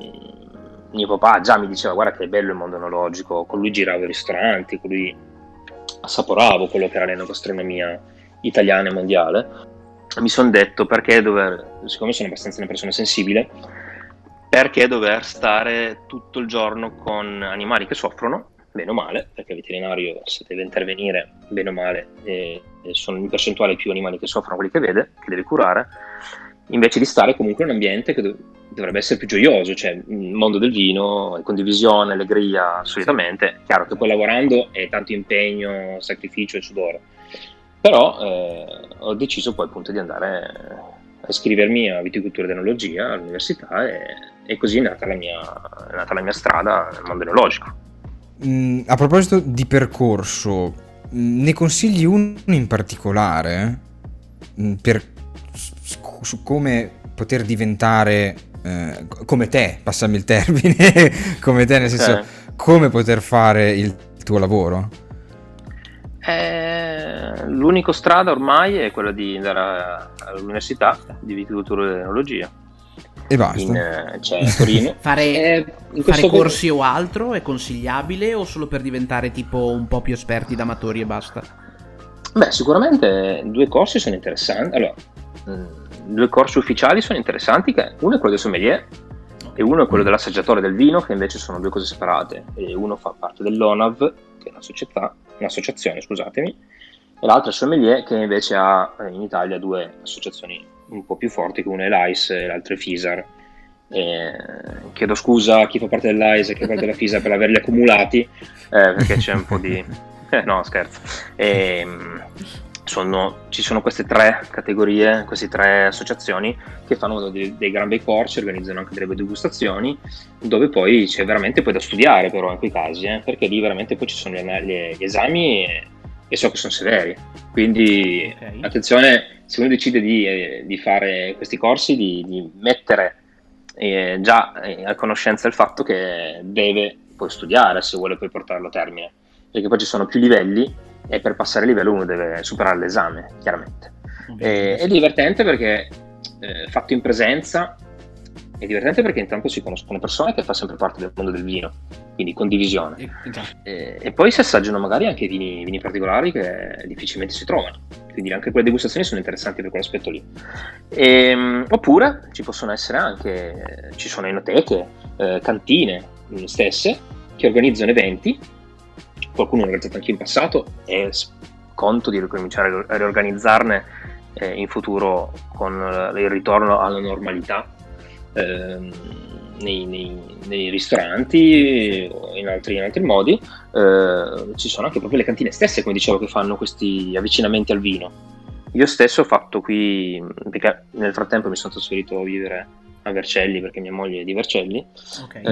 S3: mh, mio papà già mi diceva: guarda che è bello il mondo enologico, con lui giravo i ristoranti, con lui assaporavo quello che era l'enogastronomia italiana e mondiale. Mi sono detto: perché dover, siccome sono abbastanza una persona sensibile, perché dover stare tutto il giorno con animali che soffrono, bene o male, perché il veterinario, se deve intervenire, bene o male, eh, sono in percentuale più animali che soffrono quelli che vede, che deve curare, invece di stare comunque in un ambiente che dov- dovrebbe essere più gioioso, cioè il mondo del vino, condivisione, allegria, solitamente. Chiaro che poi lavorando è tanto impegno, sacrificio e sudore, però eh, ho deciso poi appunto di andare a iscrivermi a viticoltura ed enologia all'università e, e così è nata la mia, è nata la mia strada nel mondo enologico.
S2: Mm, a proposito di percorso, mm, ne consigli uno in particolare mm, per s- su come poter diventare eh, come te, passami il termine, come te, nel senso,
S3: Ok.
S2: come poter fare il tuo lavoro?
S3: Eh, l'unica strada ormai è quella di andare a- all'università di viticoltura ed enologia.
S2: E basta.
S3: In, eh, cioè, a Torino.
S1: Fare,
S3: Eh, in
S1: fare
S3: questo
S1: corsi o altro è consigliabile, o solo per diventare tipo un po' più esperti da amatori e basta?
S3: Beh, sicuramente due corsi sono interessanti. Allora, mh, due corsi ufficiali sono interessanti, che uno è quello del sommelier e uno è quello dell'assaggiatore del vino, che invece sono due cose separate. E uno fa parte dell'O N A V, che è una società, un'associazione, scusatemi, e l'altro è sommelier, che invece ha eh, in Italia due associazioni un po' più forti, che uno è l'A I S e l'altro è FISAR. Eh, chiedo scusa a chi fa parte dell'A I S e chi fa parte della FISAR per averli accumulati, eh, perché c'è un po' di... Eh, no, scherzo. Ehm, sono, ci sono queste tre categorie, queste tre associazioni che fanno dei, dei gran bei corsi, organizzano anche delle degustazioni, dove poi c'è veramente poi da studiare, però in quei casi, eh, perché lì veramente poi ci sono gli, gli, gli esami e, e so che sono severi. Quindi
S1: Ok.
S3: attenzione, se uno decide di, eh, di fare questi corsi, di, di mettere eh, già eh, a conoscenza il fatto che deve poi studiare se vuole poi portarlo a termine, perché poi ci sono più livelli e per passare il livello uno deve superare l'esame, chiaramente. E, è divertente perché eh, fatto in presenza è divertente perché intanto si conoscono persone che fa sempre parte del mondo del vino, quindi condivisione,
S1: E,
S3: e, e poi si assaggiano magari anche vini, vini particolari che difficilmente si trovano, quindi anche quelle degustazioni sono interessanti per quell'aspetto lì. E, oppure ci possono essere anche, ci sono enoteche, eh, cantine stesse che organizzano eventi, qualcuno l'ha organizzato anche in passato e conto di ricominciare a riorganizzarne eh, in futuro con il ritorno alla normalità. Ehm, nei, nei, nei ristoranti o in altri, in altri modi eh, ci sono anche proprio le cantine stesse, come dicevo, che fanno questi avvicinamenti al vino. Io stesso ho fatto qui, perché nel frattempo mi sono trasferito a vivere a Vercelli perché mia moglie è di Vercelli.
S1: Okay.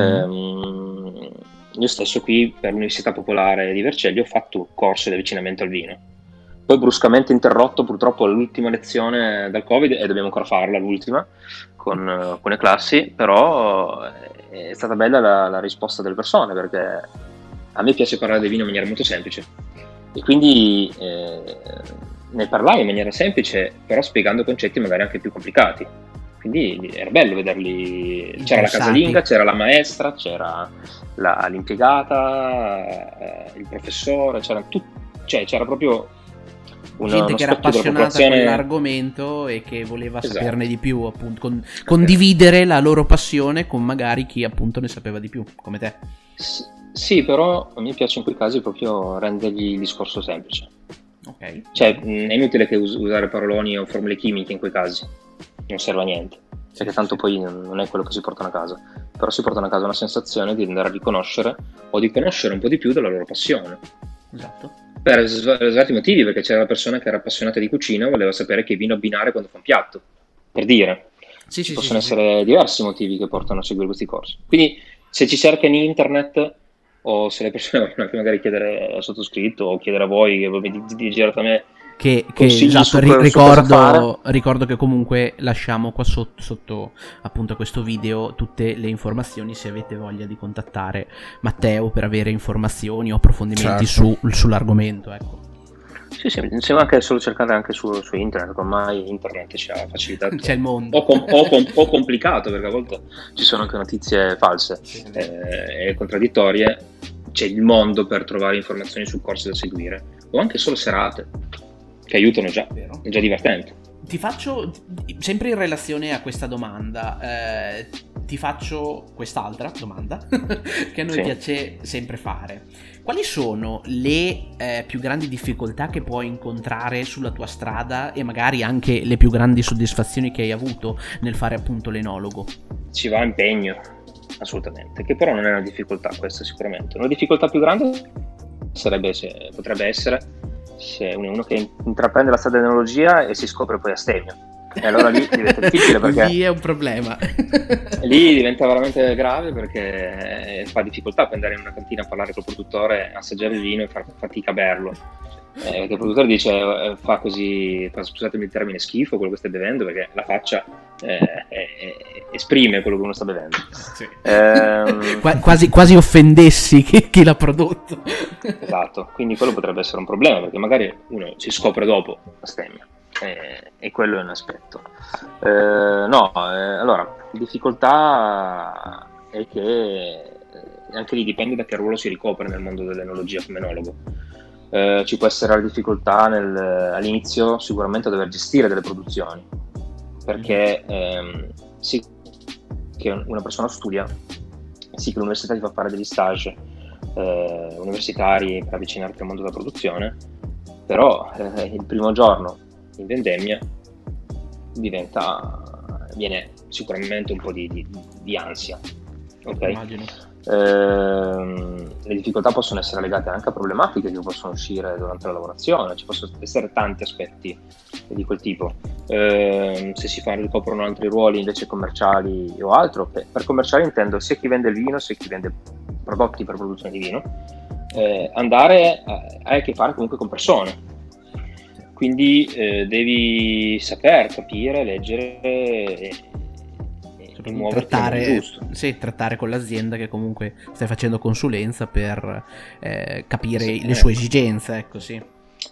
S3: ehm, io stesso qui per l'Università Popolare di Vercelli ho fatto corso di avvicinamento al vino, poi bruscamente interrotto purtroppo all'ultima lezione dal Covid e dobbiamo ancora farla, l'ultima, con alcune classi, però è stata bella la, la risposta delle persone, perché a me piace parlare del vino in maniera molto semplice e quindi eh, ne parlavo in maniera semplice, però spiegando concetti magari anche più complicati, quindi era bello vederli. C'era la casalinga, c'era la maestra, c'era la, l'impiegata, eh, il professore, c'era, tut- cioè, c'era proprio Una,
S1: gente che era appassionata di quell'argomento e che voleva
S3: esatto.
S1: saperne di più, appunto, con, condividere la loro passione con magari chi appunto ne sapeva di più, come te.
S3: S- sì, però a me piace in quei casi proprio rendergli il discorso semplice.
S1: Ok.
S3: Cioè, mh, è inutile che us- usare paroloni o formule chimiche in quei casi, non serve a niente, perché tanto poi non è quello che si portano a casa, però si portano a casa una sensazione di andare a riconoscere o di conoscere un po' di più della loro passione.
S1: Esatto.
S3: Per svariati motivi, perché c'era la persona che era appassionata di cucina e voleva sapere che vino abbinare quando fa un piatto, per dire.
S1: Sì, sì,
S3: Possono
S1: sì,
S3: essere
S1: sì.
S3: diversi motivi che portano a seguire questi corsi. Quindi se ci cerca in internet o se le persone vogliono anche magari chiedere al sottoscritto o chiedere a voi che voi mi direte a me
S1: Che, che
S3: consigli
S1: esatto,
S3: su,
S1: ri-
S3: su cosa
S1: ricordo,
S3: fare.
S1: ricordo che comunque lasciamo qua sotto, sotto appunto a questo video tutte le informazioni se avete voglia di contattare Matteo per avere informazioni o approfondimenti
S2: Certo.
S1: su, sull'argomento, ecco.
S3: Sì, sì, sembra anche solo cercare anche su, su internet, ormai internet ci ha facilitato.
S1: C'è il mondo.
S3: O, com- o, com- o complicato, perché a volte ci sono anche notizie false
S1: Sì.
S3: eh, e contraddittorie. C'è il mondo per trovare informazioni su corsi da seguire, o anche solo serate, che aiutano già,
S1: Vero.
S3: è già divertente.
S1: Ti faccio, sempre in relazione a questa domanda, eh, ti faccio quest'altra domanda che a noi
S3: Sì.
S1: piace sempre fare. Quali sono le eh, più grandi difficoltà che puoi incontrare sulla tua strada e magari anche le più grandi soddisfazioni che hai avuto nel fare appunto l'enologo?
S3: Ci va impegno, assolutamente, che però non è una difficoltà questa sicuramente. Una difficoltà più grande sarebbe se, potrebbe essere se uno, uno che intraprende la strada dell'enologia e si scopre poi astemio, e allora lì diventa difficile, perché
S1: lì è un problema.
S3: lì diventa veramente grave, perché fa difficoltà per andare in una cantina a parlare col produttore, assaggiare il vino e far fatica a berlo, eh, perché il produttore dice eh, fa così, fa, scusatemi il termine, schifo quello che stai bevendo, perché la faccia eh, eh, eh, esprime quello che uno sta bevendo.
S1: Sì.
S3: Ehm,
S1: Qua- quasi, quasi offendessi chi, chi l'ha prodotto.
S3: Esatto, quindi quello potrebbe essere un problema, perché magari uno si scopre dopo la stemmia, e, e quello è un aspetto. Eh, no, eh, allora, difficoltà è che anche lì dipende da che ruolo si ricopre nel mondo dell'enologia come enologo. Eh, ci può essere la difficoltà nel, all'inizio sicuramente a dover gestire delle produzioni, perché ehm, sì che una persona studia, sì che l'università ti fa fare degli stage eh, universitari per avvicinarti al mondo della produzione, però eh, il primo giorno in vendemmia diventa viene sicuramente un po' di, di, di ansia, ok?
S1: Immagino.
S3: Eh, le difficoltà possono essere legate anche a problematiche che possono uscire durante la lavorazione, ci possono essere tanti aspetti di quel tipo. Eh, se si fanno, ricoprono altri ruoli invece commerciali o altro, per, per commerciali intendo sia chi vende il vino sia chi vende prodotti per produzione di vino, eh, andare a, a che fare comunque con persone, quindi eh, devi saper capire, leggere e, e muoverti
S1: trattare,
S3: giusto.
S1: sì, trattare con l'azienda che comunque stai facendo consulenza per eh, capire
S3: sì,
S1: le
S3: eh.
S1: sue esigenze, ecco, sì.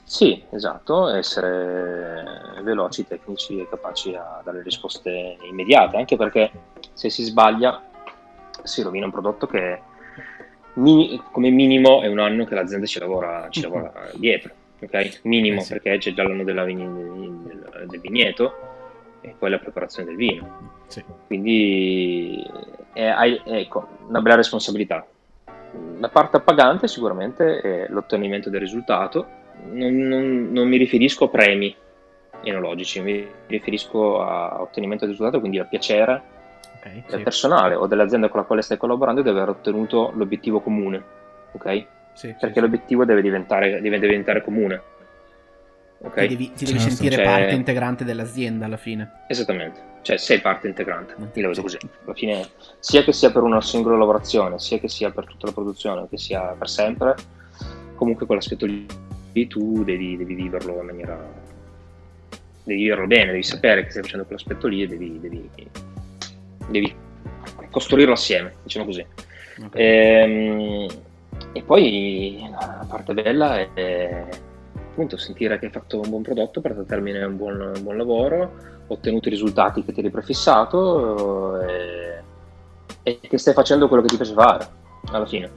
S3: Sì, esatto, essere veloci, tecnici e capaci a dare risposte immediate, anche perché se si sbaglia si rovina un prodotto che mi- come minimo è un anno che l'azienda ci lavora, ci lavora dietro, ok? Minimo,
S1: Eh sì.
S3: perché c'è già l'anno della vign- del, del vigneto e poi la preparazione del vino.
S1: Sì.
S3: Quindi è, hai- ecco, una bella responsabilità. La parte appagante sicuramente è l'ottenimento del risultato. Non, non- non mi riferisco a premi enologici, mi riferisco a ottenimento del risultato, quindi al piacere
S1: Ok,
S3: del
S1: sì.
S3: personale o dell'azienda con la quale stai collaborando di aver ottenuto l'obiettivo comune, ok?
S1: Sì, sì,
S3: Perché
S1: sì.
S3: l'obiettivo deve diventare, deve diventare comune, ok?
S1: Ti devi, ti devi
S2: Certo.
S1: sentire
S3: C'è-
S1: parte integrante dell'azienda alla fine.
S3: Esattamente, cioè sei parte integrante, io la vedo
S1: Sì.
S3: così. Alla fine, sia che sia per una singola lavorazione, sia che sia per tutta la produzione, che sia per sempre, comunque quell'aspetto lì tu devi, devi viverlo in maniera... devi viverlo bene, devi sapere che stai facendo quell'aspetto lì e devi, devi, devi costruirlo assieme, diciamo così.
S1: Ok.
S3: Ehm, E, poi la parte bella è appunto sentire che hai fatto un buon prodotto, portato a termine un buon, un buon lavoro, ottenuto i risultati che ti eri prefissato e, e che stai facendo quello che ti piace fare alla fine.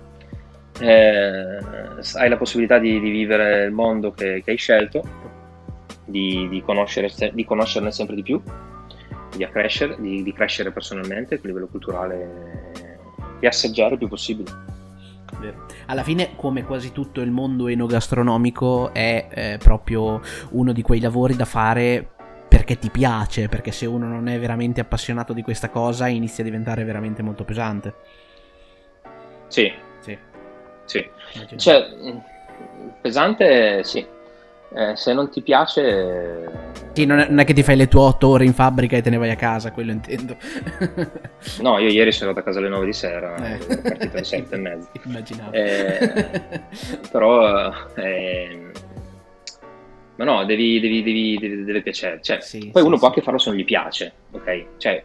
S3: Eh, hai la possibilità di, di vivere il mondo che, che hai scelto, di, di, conoscere, se- di conoscerne sempre di più, di, accrescere, di, di crescere personalmente, a livello culturale, e assaggiare il più possibile.
S1: Vero. Alla fine, come quasi tutto il mondo enogastronomico, è eh, proprio uno di quei lavori da fare perché ti piace, perché se uno non è veramente appassionato di questa cosa inizia a diventare veramente molto pesante.
S3: Sì,
S1: Sì.
S3: sì.
S1: Immagino.
S3: Cioè, mh, pesante, sì. Eh, se non ti piace...
S1: Sì, non è, non è che ti fai le tue otto ore in fabbrica e te ne vai a casa, quello intendo.
S3: No, io ieri sono andato a casa alle nove di sera,
S1: Eh.
S3: ero partito alle sette e mezza.
S1: Immaginavo.
S3: Eh, però... eh, ma no, devi, devi, devi, devi- deve piacere. Cioè,
S1: Sì,
S3: poi
S1: sì,
S3: uno può
S1: sì.
S3: anche farlo se non gli piace, ok? Cioè,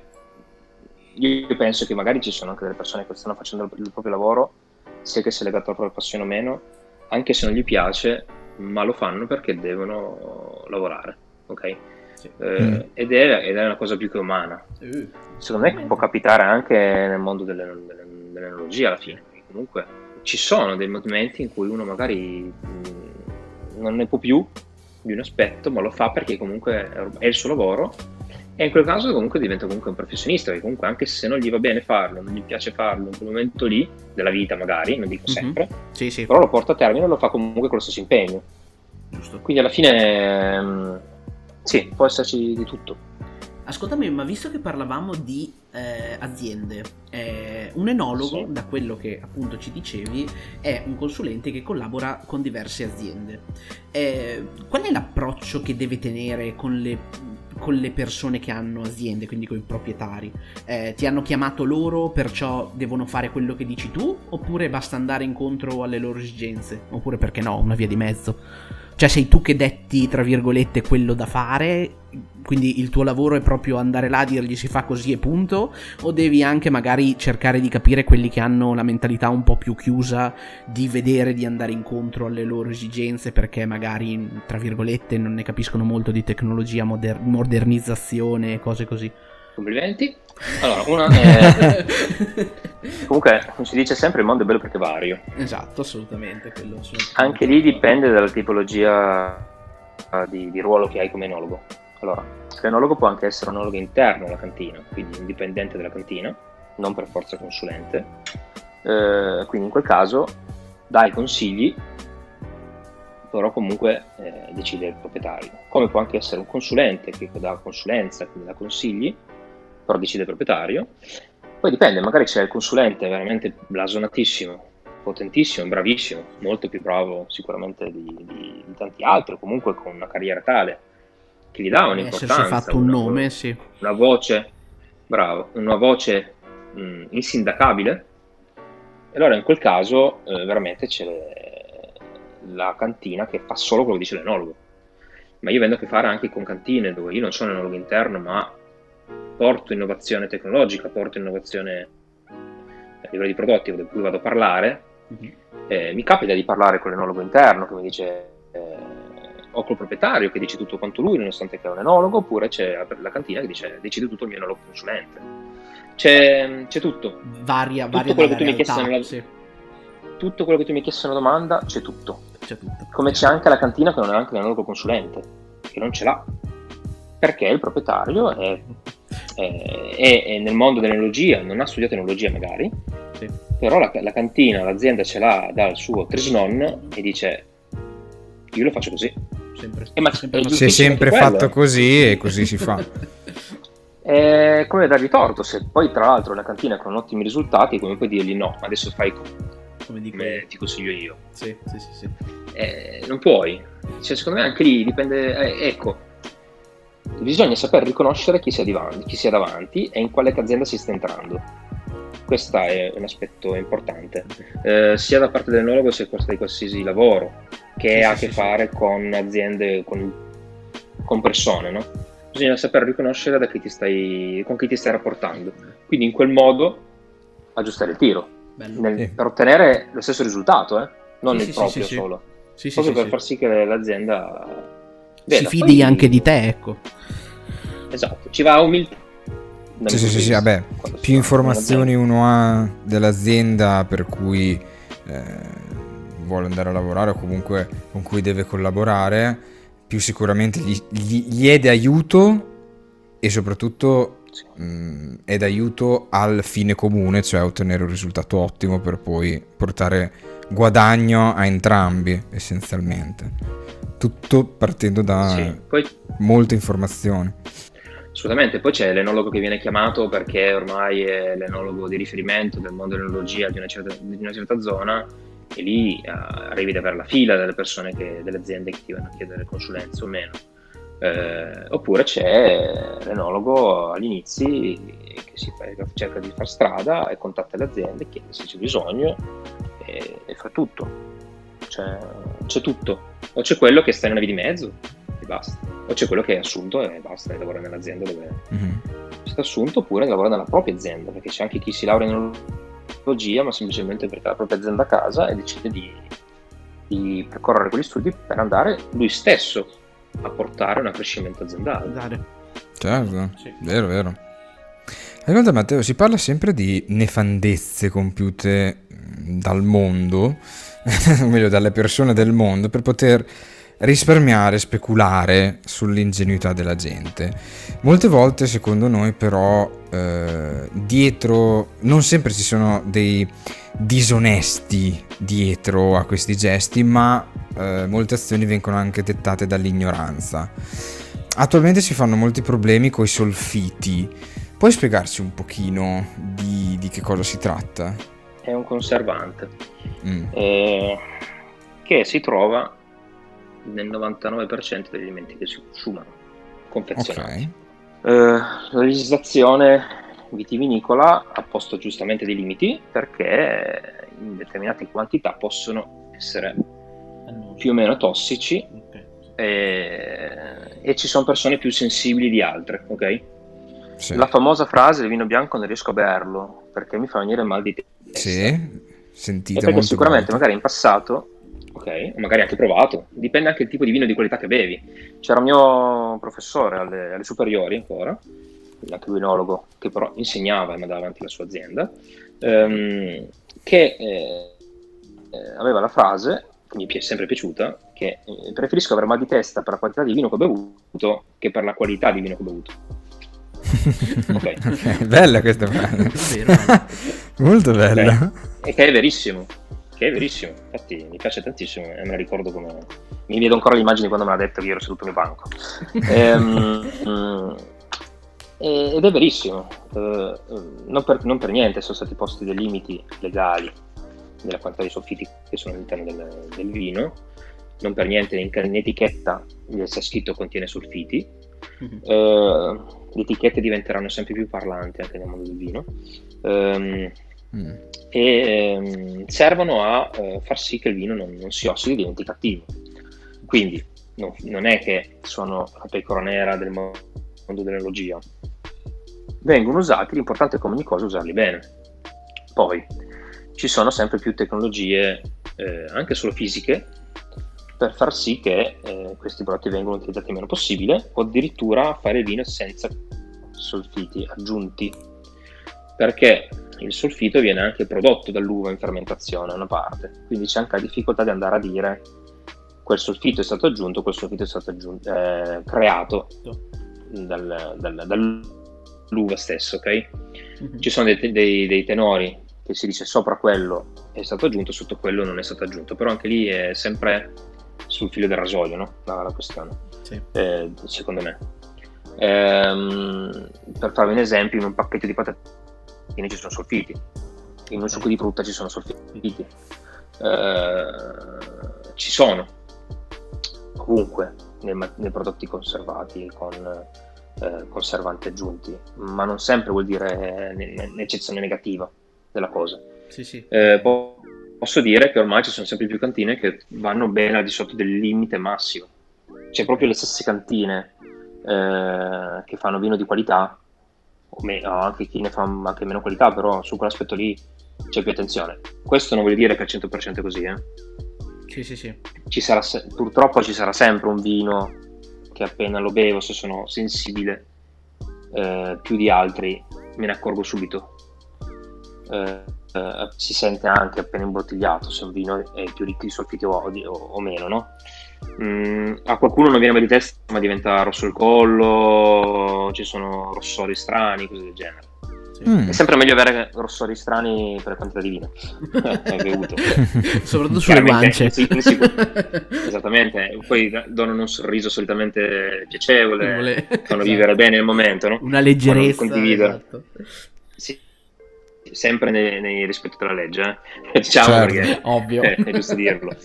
S3: io penso che magari ci sono anche delle persone che stanno facendo il il proprio lavoro, sia che sia legato alla propria passione o meno, anche se non gli piace, ma lo fanno perché devono lavorare, ok?
S1: Sì.
S3: Eh,
S2: Mm.
S3: ed, è, ed è una cosa più che umana.
S1: Uh,
S3: Secondo me può capitare anche nel mondo delle- delle- dell'enologia alla fine, perché comunque ci sono dei momenti in cui uno magari mh, non ne può più di un aspetto, ma lo fa perché comunque è il suo lavoro, e in quel caso comunque diventa comunque un professionista, perché comunque anche se non gli va bene farlo, non gli piace farlo in quel momento lì della vita magari, non dico
S1: Mhm.
S3: sempre,
S1: Sì, sì,
S3: però lo porta a termine e lo fa comunque con lo stesso impegno.
S1: giusto.
S3: Quindi alla fine mh, sì, può esserci di tutto.
S1: Ascoltami, ma visto che parlavamo di eh, aziende, eh, un enologo,
S3: Sì.
S1: da quello che appunto ci dicevi, è un consulente che collabora con diverse aziende. Eh, qual è l'approccio che deve tenere con le, con le persone che hanno aziende, quindi con i proprietari? Eh, ti hanno chiamato loro, perciò devono fare quello che dici tu? Oppure basta andare incontro alle loro esigenze? Oppure, perché no, una via di mezzo? Cioè sei tu che detti, tra virgolette, quello da fare, quindi il tuo lavoro è proprio andare là a dirgli si fa così e punto, o devi anche magari cercare di capire quelli che hanno la mentalità un po' più chiusa, di vedere di andare incontro alle loro esigenze perché magari, tra virgolette, non ne capiscono molto di tecnologia, moder- modernizzazione e cose così.
S3: Complimenti. Allora, una è... comunque, come si dice sempre, il mondo è bello perché è vario.
S1: Esatto, assolutamente. Quello sono
S3: Anche lì dipende dalla tipologia eh, di, di ruolo che hai come enologo. Allora, l'enologo può anche essere un enologo interno alla cantina, quindi indipendente dalla cantina, non per forza consulente. Eh, quindi in quel caso dai consigli, però comunque eh, decide il proprietario. Come può anche essere un consulente che dà consulenza, quindi dà consigli, però decide il proprietario. Poi dipende, magari c'è il consulente veramente blasonatissimo, potentissimo, bravissimo, molto più bravo sicuramente di, di, di tanti altri, comunque con una carriera tale che gli dà
S1: essersi
S3: un'importanza,
S1: fatto un
S3: una,
S1: nome, sì.
S3: una voce, bravo, una voce mh, insindacabile. E allora in quel caso eh, veramente c'è la cantina che fa solo quello che dice l'enologo. Ma io avendo a che fare anche con cantine dove io non sono enologo interno, ma porto innovazione tecnologica, porto innovazione a livello di prodotti di cui vado a parlare,
S1: Mhm.
S3: eh, mi capita di parlare con l'enologo interno che mi dice eh, o col proprietario che decide tutto quanto lui, nonostante che è un enologo, oppure c'è la cantina che dice decide tutto il mio enologo consulente. C'è, c'è tutto.
S1: Varia,
S3: tutto
S1: varia
S3: quello
S1: dalla
S3: che tu mi hai chiesto
S1: realtà,
S3: nella,
S1: sì.
S3: tutto quello che tu mi hai chiesto nella domanda, c'è tutto.
S1: C'è tutto.
S3: Come c'è anche la cantina che non è anche l'enologo consulente, che non ce l'ha. Perché il proprietario è, è, è, è nel mondo dell'enologia, non ha studiato enologia magari,
S1: Sì.
S3: però la, la cantina, l'azienda ce l'ha dal suo trisnon e dice io lo faccio così.
S1: Sempre,
S3: Eh, ma
S1: sempre
S3: è
S2: Si è
S3: giustissimo
S2: sempre
S3: quello,
S2: fatto
S3: eh.
S2: così e così si fa.
S3: È come dargli torto, se poi tra l'altro è una cantina con ottimi risultati, come puoi dirgli no, adesso fai
S1: come dico
S3: come
S1: io.
S3: ti consiglio io.
S1: Sì, sì, sì, sì.
S3: Eh, non puoi. Cioè, secondo me anche lì dipende, eh, ecco, bisogna saper riconoscere chi sia, davanti, chi sia davanti e in quale azienda si sta entrando. Questo è un aspetto importante, eh, sia da parte dell'enologo sia da parte di qualsiasi lavoro che
S1: Sì,
S3: ha a
S1: sì,
S3: che
S1: sì,
S3: fare
S1: sì.
S3: con aziende, con, con persone, no? Bisogna saper riconoscere da chi ti stai, con chi ti stai rapportando. Quindi in quel modo aggiustare il tiro
S1: Bello.
S3: nel,
S2: Sì.
S3: per ottenere lo stesso risultato, eh? Non
S1: Sì,
S3: il
S1: sì,
S3: proprio
S1: sì, sì.
S3: solo.
S1: Sì, sì,
S3: Proprio
S1: sì,
S3: per
S1: sì.
S3: far sì che l'azienda
S1: Si
S3: veda.
S1: fidi
S3: Poi-
S1: anche di te, ecco.
S3: Esatto, ci va umiltà. dal
S2: Sì, sì,
S3: mio
S2: sì,
S3: punto
S2: sì,
S3: di vista,
S2: vabbè,
S3: quando si
S2: più
S3: va
S2: informazioni
S3: in
S2: uno ha dell'azienda per cui eh, vuole andare a lavorare o comunque con cui deve collaborare, più sicuramente gli, gli, gli è d'aiuto e soprattutto
S3: un'azienda. Sì.
S2: mh, è d'aiuto al fine comune, cioè a ottenere un risultato ottimo per poi portare guadagno a entrambi, essenzialmente. Tutto partendo da
S3: Sì, poi
S2: molte informazioni.
S3: assolutamente, poi c'è l'enologo che viene chiamato perché ormai è l'enologo di riferimento del mondo dell'enologia di una certa, di una certa zona e lì eh, arrivi ad avere la fila delle persone, che, delle aziende che ti vanno a chiedere consulenza o meno. Eh, oppure c'è l'enologo agli inizi che si fa, che cerca di far strada e contatta le aziende, chiede se c'è bisogno e, e fa tutto. C'è, c'è tutto. O c'è quello che sta in una via di mezzo e basta, o c'è quello che è assunto e basta e lavora nell'azienda dove
S2: Mm-hmm.
S3: è stato assunto, oppure lavora nella propria azienda, perché c'è anche chi si laurea in enologia ma semplicemente perché ha la propria azienda a casa e decide di, di percorrere quegli studi per andare lui stesso a portare un accrescimento aziendale.
S1: Dare.
S2: Certo,
S1: Sì.
S2: vero, vero. Ascolta Matteo, si parla sempre di nefandezze compiute mh, dal mondo, o meglio dalle persone del mondo, per poter risparmiare, speculare sull'ingenuità della gente. Molte volte, secondo noi, però, eh, dietro, non sempre ci sono dei disonesti dietro a questi gesti, ma eh, molte azioni vengono anche dettate dall'ignoranza. Attualmente si fanno molti problemi coi solfiti. Puoi spiegarci un pochino di, di che cosa si tratta?
S3: È un conservante
S2: Mm.
S3: eh, che si trova nel novantanove per cento degli alimenti che si consumano confezionati.
S2: Ok.
S3: Eh, la legislazione vitivinicola ha posto giustamente dei limiti perché in determinate quantità possono essere più o meno tossici
S1: Ok.
S3: e, e ci sono persone più sensibili di altre, ok?
S2: Sì.
S3: La famosa frase del vino bianco non riesco a berlo perché mi fa venire mal di testa.
S2: Sì,
S3: E
S2: sentita
S3: perché
S2: molte
S3: sicuramente
S2: volte.
S3: magari in passato, ok, o magari anche provato, dipende anche il tipo di vino di qualità che bevi. C'era un mio professore alle, alle superiori ancora, anche lui enologo, che però insegnava e mandava avanti la sua azienda, ehm, che eh, eh, aveva la frase, che mi è sempre piaciuta, che eh, preferisco avere mal di testa per la quantità di vino che ho bevuto che per la qualità di vino che ho bevuto. Ok.
S2: Bella questa frase.
S1: Vero.
S2: Molto bella.
S3: Ok? E che è verissimo, che è verissimo, infatti mi piace tantissimo e me la ricordo come... mi vedo ancora l'immagine quando me l'ha detto che io ero seduto nel banco. Ehm, mm, ed è verissimo, eh, non, per, non per niente sono stati posti dei limiti legali della quantità di solfiti che sono all'interno del, del vino, non per niente in, in etichetta c'è scritto contiene solfiti.
S1: Mhm.
S3: Eh, le etichette diventeranno sempre più parlanti anche nel mondo del vino. Ehm,
S2: Mm.
S3: e ehm, servono a eh, far sì che il vino non, non si ossidi e diventi cattivo. Quindi no, non è che sono la pecora nera del mondo dell'enologia, vengono usati, l'importante è come ogni cosa usarli bene. Poi ci sono sempre più tecnologie eh, anche solo fisiche per far sì che eh, questi prodotti vengano utilizzati il meno possibile, o addirittura fare vino senza solfiti aggiunti, perché il solfito viene anche prodotto dall'uva in fermentazione, una parte, quindi c'è anche la difficoltà di andare a dire quel solfito è stato aggiunto, quel solfito è stato aggiunto, eh, creato dal, dal, dall'uva stesso, ok? Mm-hmm. Ci sono dei, dei, dei tenori che si dice sopra quello è stato aggiunto, sotto quello non è stato aggiunto, però anche lì è sempre sul filo del rasoio, no? La, la questione, sì. eh, secondo me. Ehm, per farvi un esempio, in un pacchetto di patatine ci sono solfiti, in un succo di frutta ci sono solfiti, eh, ci sono ovunque nei, nei prodotti conservati con eh, conservanti aggiunti, ma non sempre vuol dire un'eccezione negativa della cosa.
S1: Sì, sì.
S3: Eh, po- posso dire che ormai ci sono sempre più cantine che vanno bene al di sotto del limite massimo, c'è proprio le stesse cantine eh, che fanno vino di qualità, o me- o anche chi ne fa anche meno qualità, però su quell'aspetto lì c'è più attenzione. Questo non vuol dire che al cento per cento è così, eh.
S1: Sì, sì, sì.
S3: Ci sarà se- purtroppo ci sarà sempre un vino che appena lo bevo, se sono sensibile eh, più di altri, me ne accorgo subito. Eh, eh, si sente anche appena imbottigliato se un vino è più ricco di solfiti o, o, o meno, no? Mm, a qualcuno non viene mai di testa, ma diventa rosso il collo, ci sono rossori strani, cose del genere. Mm. È sempre meglio avere rossori strani per quantità di vino bevuto,
S1: soprattutto sulle guance.
S3: Sì, sì, esattamente, poi donano un sorriso solitamente piacevole, Vole... fanno esatto. vivere bene il momento, no?
S1: Una leggerezza,
S3: condividere. Esatto. Sì, sempre nei, nei rispetto della legge, eh? diciamo, certo. Perché
S1: ovvio,
S3: è, è giusto dirlo.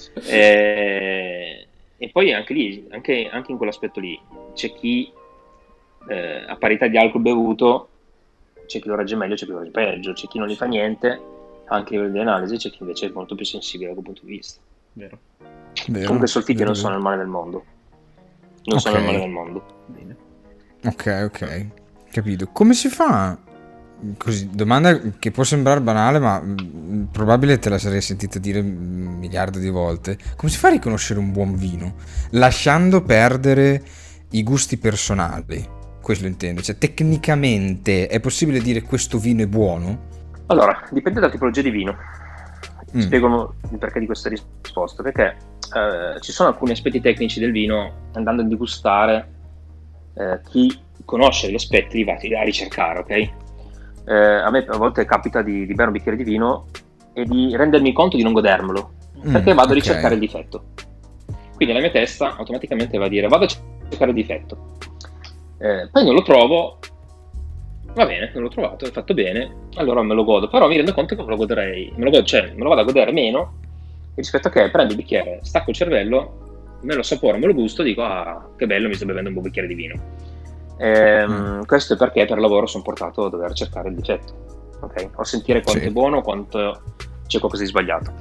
S3: E, e poi anche lì, anche, anche in quell'aspetto lì, c'è chi eh, a parità di alcol bevuto, c'è chi lo regge meglio, c'è chi lo regge peggio, c'è chi non gli fa niente, anche a livello di analisi, c'è chi invece è molto più sensibile da quel punto di vista.
S1: Vero.
S2: Vero.
S3: Comunque i solfiti
S2: vero,
S3: non
S2: vero.
S3: sono il male del mondo. Non
S2: okay.
S3: sono il male del mondo.
S1: Bene.
S2: Ok, ok. Capito. Come si fa? Così, domanda che può sembrare banale, ma mh, probabile te la sarei sentita dire un miliardo di volte. Come si fa a riconoscere un buon vino? Lasciando perdere i gusti personali. Questo lo intendo, cioè tecnicamente è possibile dire questo vino è buono?
S3: Allora, dipende dalla tipologia di vino. Ti
S2: Mm.
S3: spiego il perché di questa risposta, perché eh, ci sono alcuni aspetti tecnici del vino, andando a degustare, eh, chi conosce gli aspetti li va a ricercare, ok? Eh, a me a volte capita di, di bere un bicchiere di vino e di rendermi conto di non godermelo,
S2: Mm,
S3: perché vado a
S2: ok.
S3: ricercare il difetto. Quindi la mia testa automaticamente va a dire vado a cercare il difetto. Eh, poi non lo trovo, va bene, non l'ho trovato, è fatto bene, allora me lo godo, però mi rendo conto che me lo goderei, me lo godo, cioè me lo vado a godere meno rispetto a che prendo il bicchiere, stacco il cervello, me lo saporo, me lo gusto, dico ah che bello, mi sto bevendo un buon bicchiere di vino. Ehm, mm. Questo è perché per lavoro sono portato a dover cercare il difetto, ok? O sentire quanto
S2: Sì.
S3: è buono, quanto c'è qualcosa di sbagliato.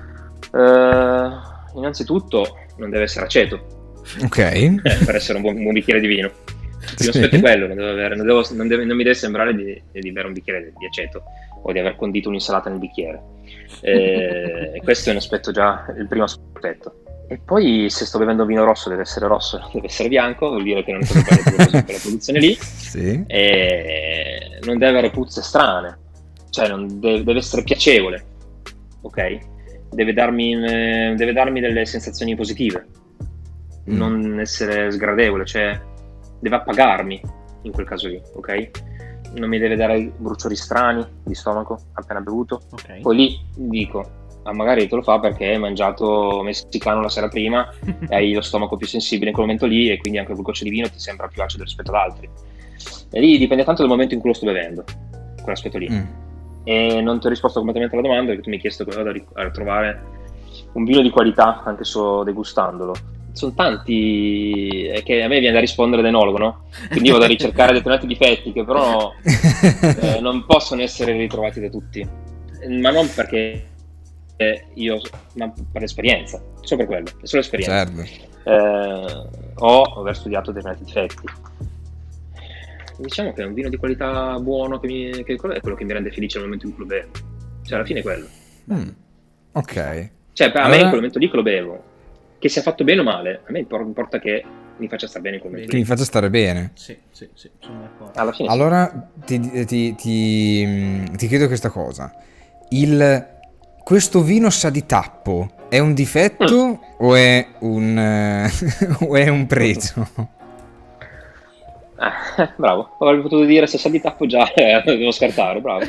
S3: Eh, innanzitutto non deve essere aceto,
S2: Ok.
S3: eh, per essere un buon, un buon bicchiere di vino. Il primo
S2: Sì.
S3: aspetto è quello, non, devo avere, non, devo, non, deve, non mi deve sembrare di, di bere un bicchiere di aceto o di aver condito un'insalata nel bicchiere. E questo è un aspetto già, il primo aspetto. E poi se sto bevendo vino rosso deve essere rosso, non deve essere bianco, vuol dire che non è stato sbagliato per quella produzione lì.
S2: Sì.
S3: E non deve avere puzze strane, cioè non deve, deve essere piacevole, ok? Deve darmi, eh, deve darmi delle sensazioni positive,
S2: Mm.
S3: non essere sgradevole, cioè deve appagarmi in quel caso lì, ok? Non mi deve dare bruciori strani di stomaco appena bevuto.
S1: Ok.
S3: Poi lì dico, ah, magari te lo fa perché hai mangiato messicano la sera prima e hai lo stomaco più sensibile in quel momento lì e quindi anche quel goccio di vino ti sembra più acido rispetto ad altri. E lì dipende tanto dal momento in cui lo sto bevendo, quell'aspetto lì.
S2: Mm.
S3: E non ti ho risposto completamente alla domanda perché tu mi hai chiesto come vado a, ric- a trovare un vino di qualità anche solo degustandolo. Sono tanti eh, che a me viene da rispondere da enologo, no? Quindi io vado a ricercare determinati difetti che però eh, non possono essere ritrovati da tutti, ma non perché eh, io, ma per l'esperienza, solo per quello, è solo esperienza.
S2: Certo.
S3: Eh, o aver studiato determinati difetti. Diciamo che è un vino di qualità buono che, mi, che è quello che mi rende felice nel momento in cui lo bevo, cioè alla fine è quello.
S2: Mm. Ok.
S3: Cioè per
S2: Allora...
S3: me in quel momento lì che lo bevo che sia fatto bene o male, a me importa che mi faccia stare bene con me.
S2: Che mi faccia stare bene.
S1: Sì, sì, sì, sono d'accordo.
S3: Alla fine
S2: allora sì. ti, ti, ti, ti chiedo questa cosa. Il, questo vino sa di tappo è un difetto mm. o è un, o è un pregio?
S3: Eh, bravo, avrei potuto dire se sa di tappo già eh, devo scartare, bravo.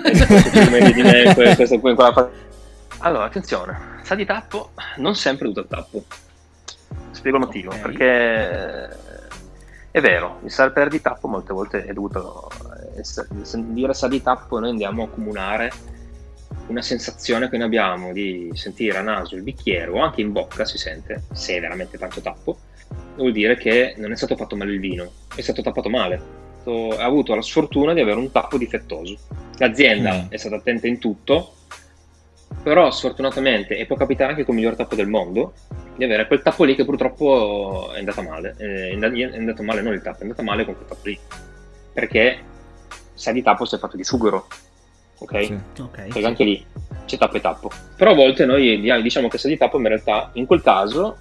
S3: Allora, attenzione, sa di tappo non sempre è dovuto al tappo. Spiego il motivo, okay. Perché è vero, il saper di tappo molte volte è dovuto, dire sa di tappo noi andiamo a accomunare una sensazione che noi abbiamo di sentire a naso il bicchiere o anche in bocca si sente, se è veramente tanto tappo, vuol dire che non è stato fatto male il vino, è stato tappato male, ha avuto la sfortuna di avere un tappo difettoso. L'azienda mm. è stata attenta in tutto, però sfortunatamente, e può capitare anche con il miglior tappo del mondo, di avere quel tappo lì che purtroppo è andata male, è andato male non il tappo, è andato male con quel tappo lì, perché sa di tappo si è fatto di sughero, ok? Sì. Okay, perché sì. Anche lì c'è tappo e tappo, però a volte noi diciamo che sa di tappo, ma in realtà in quel caso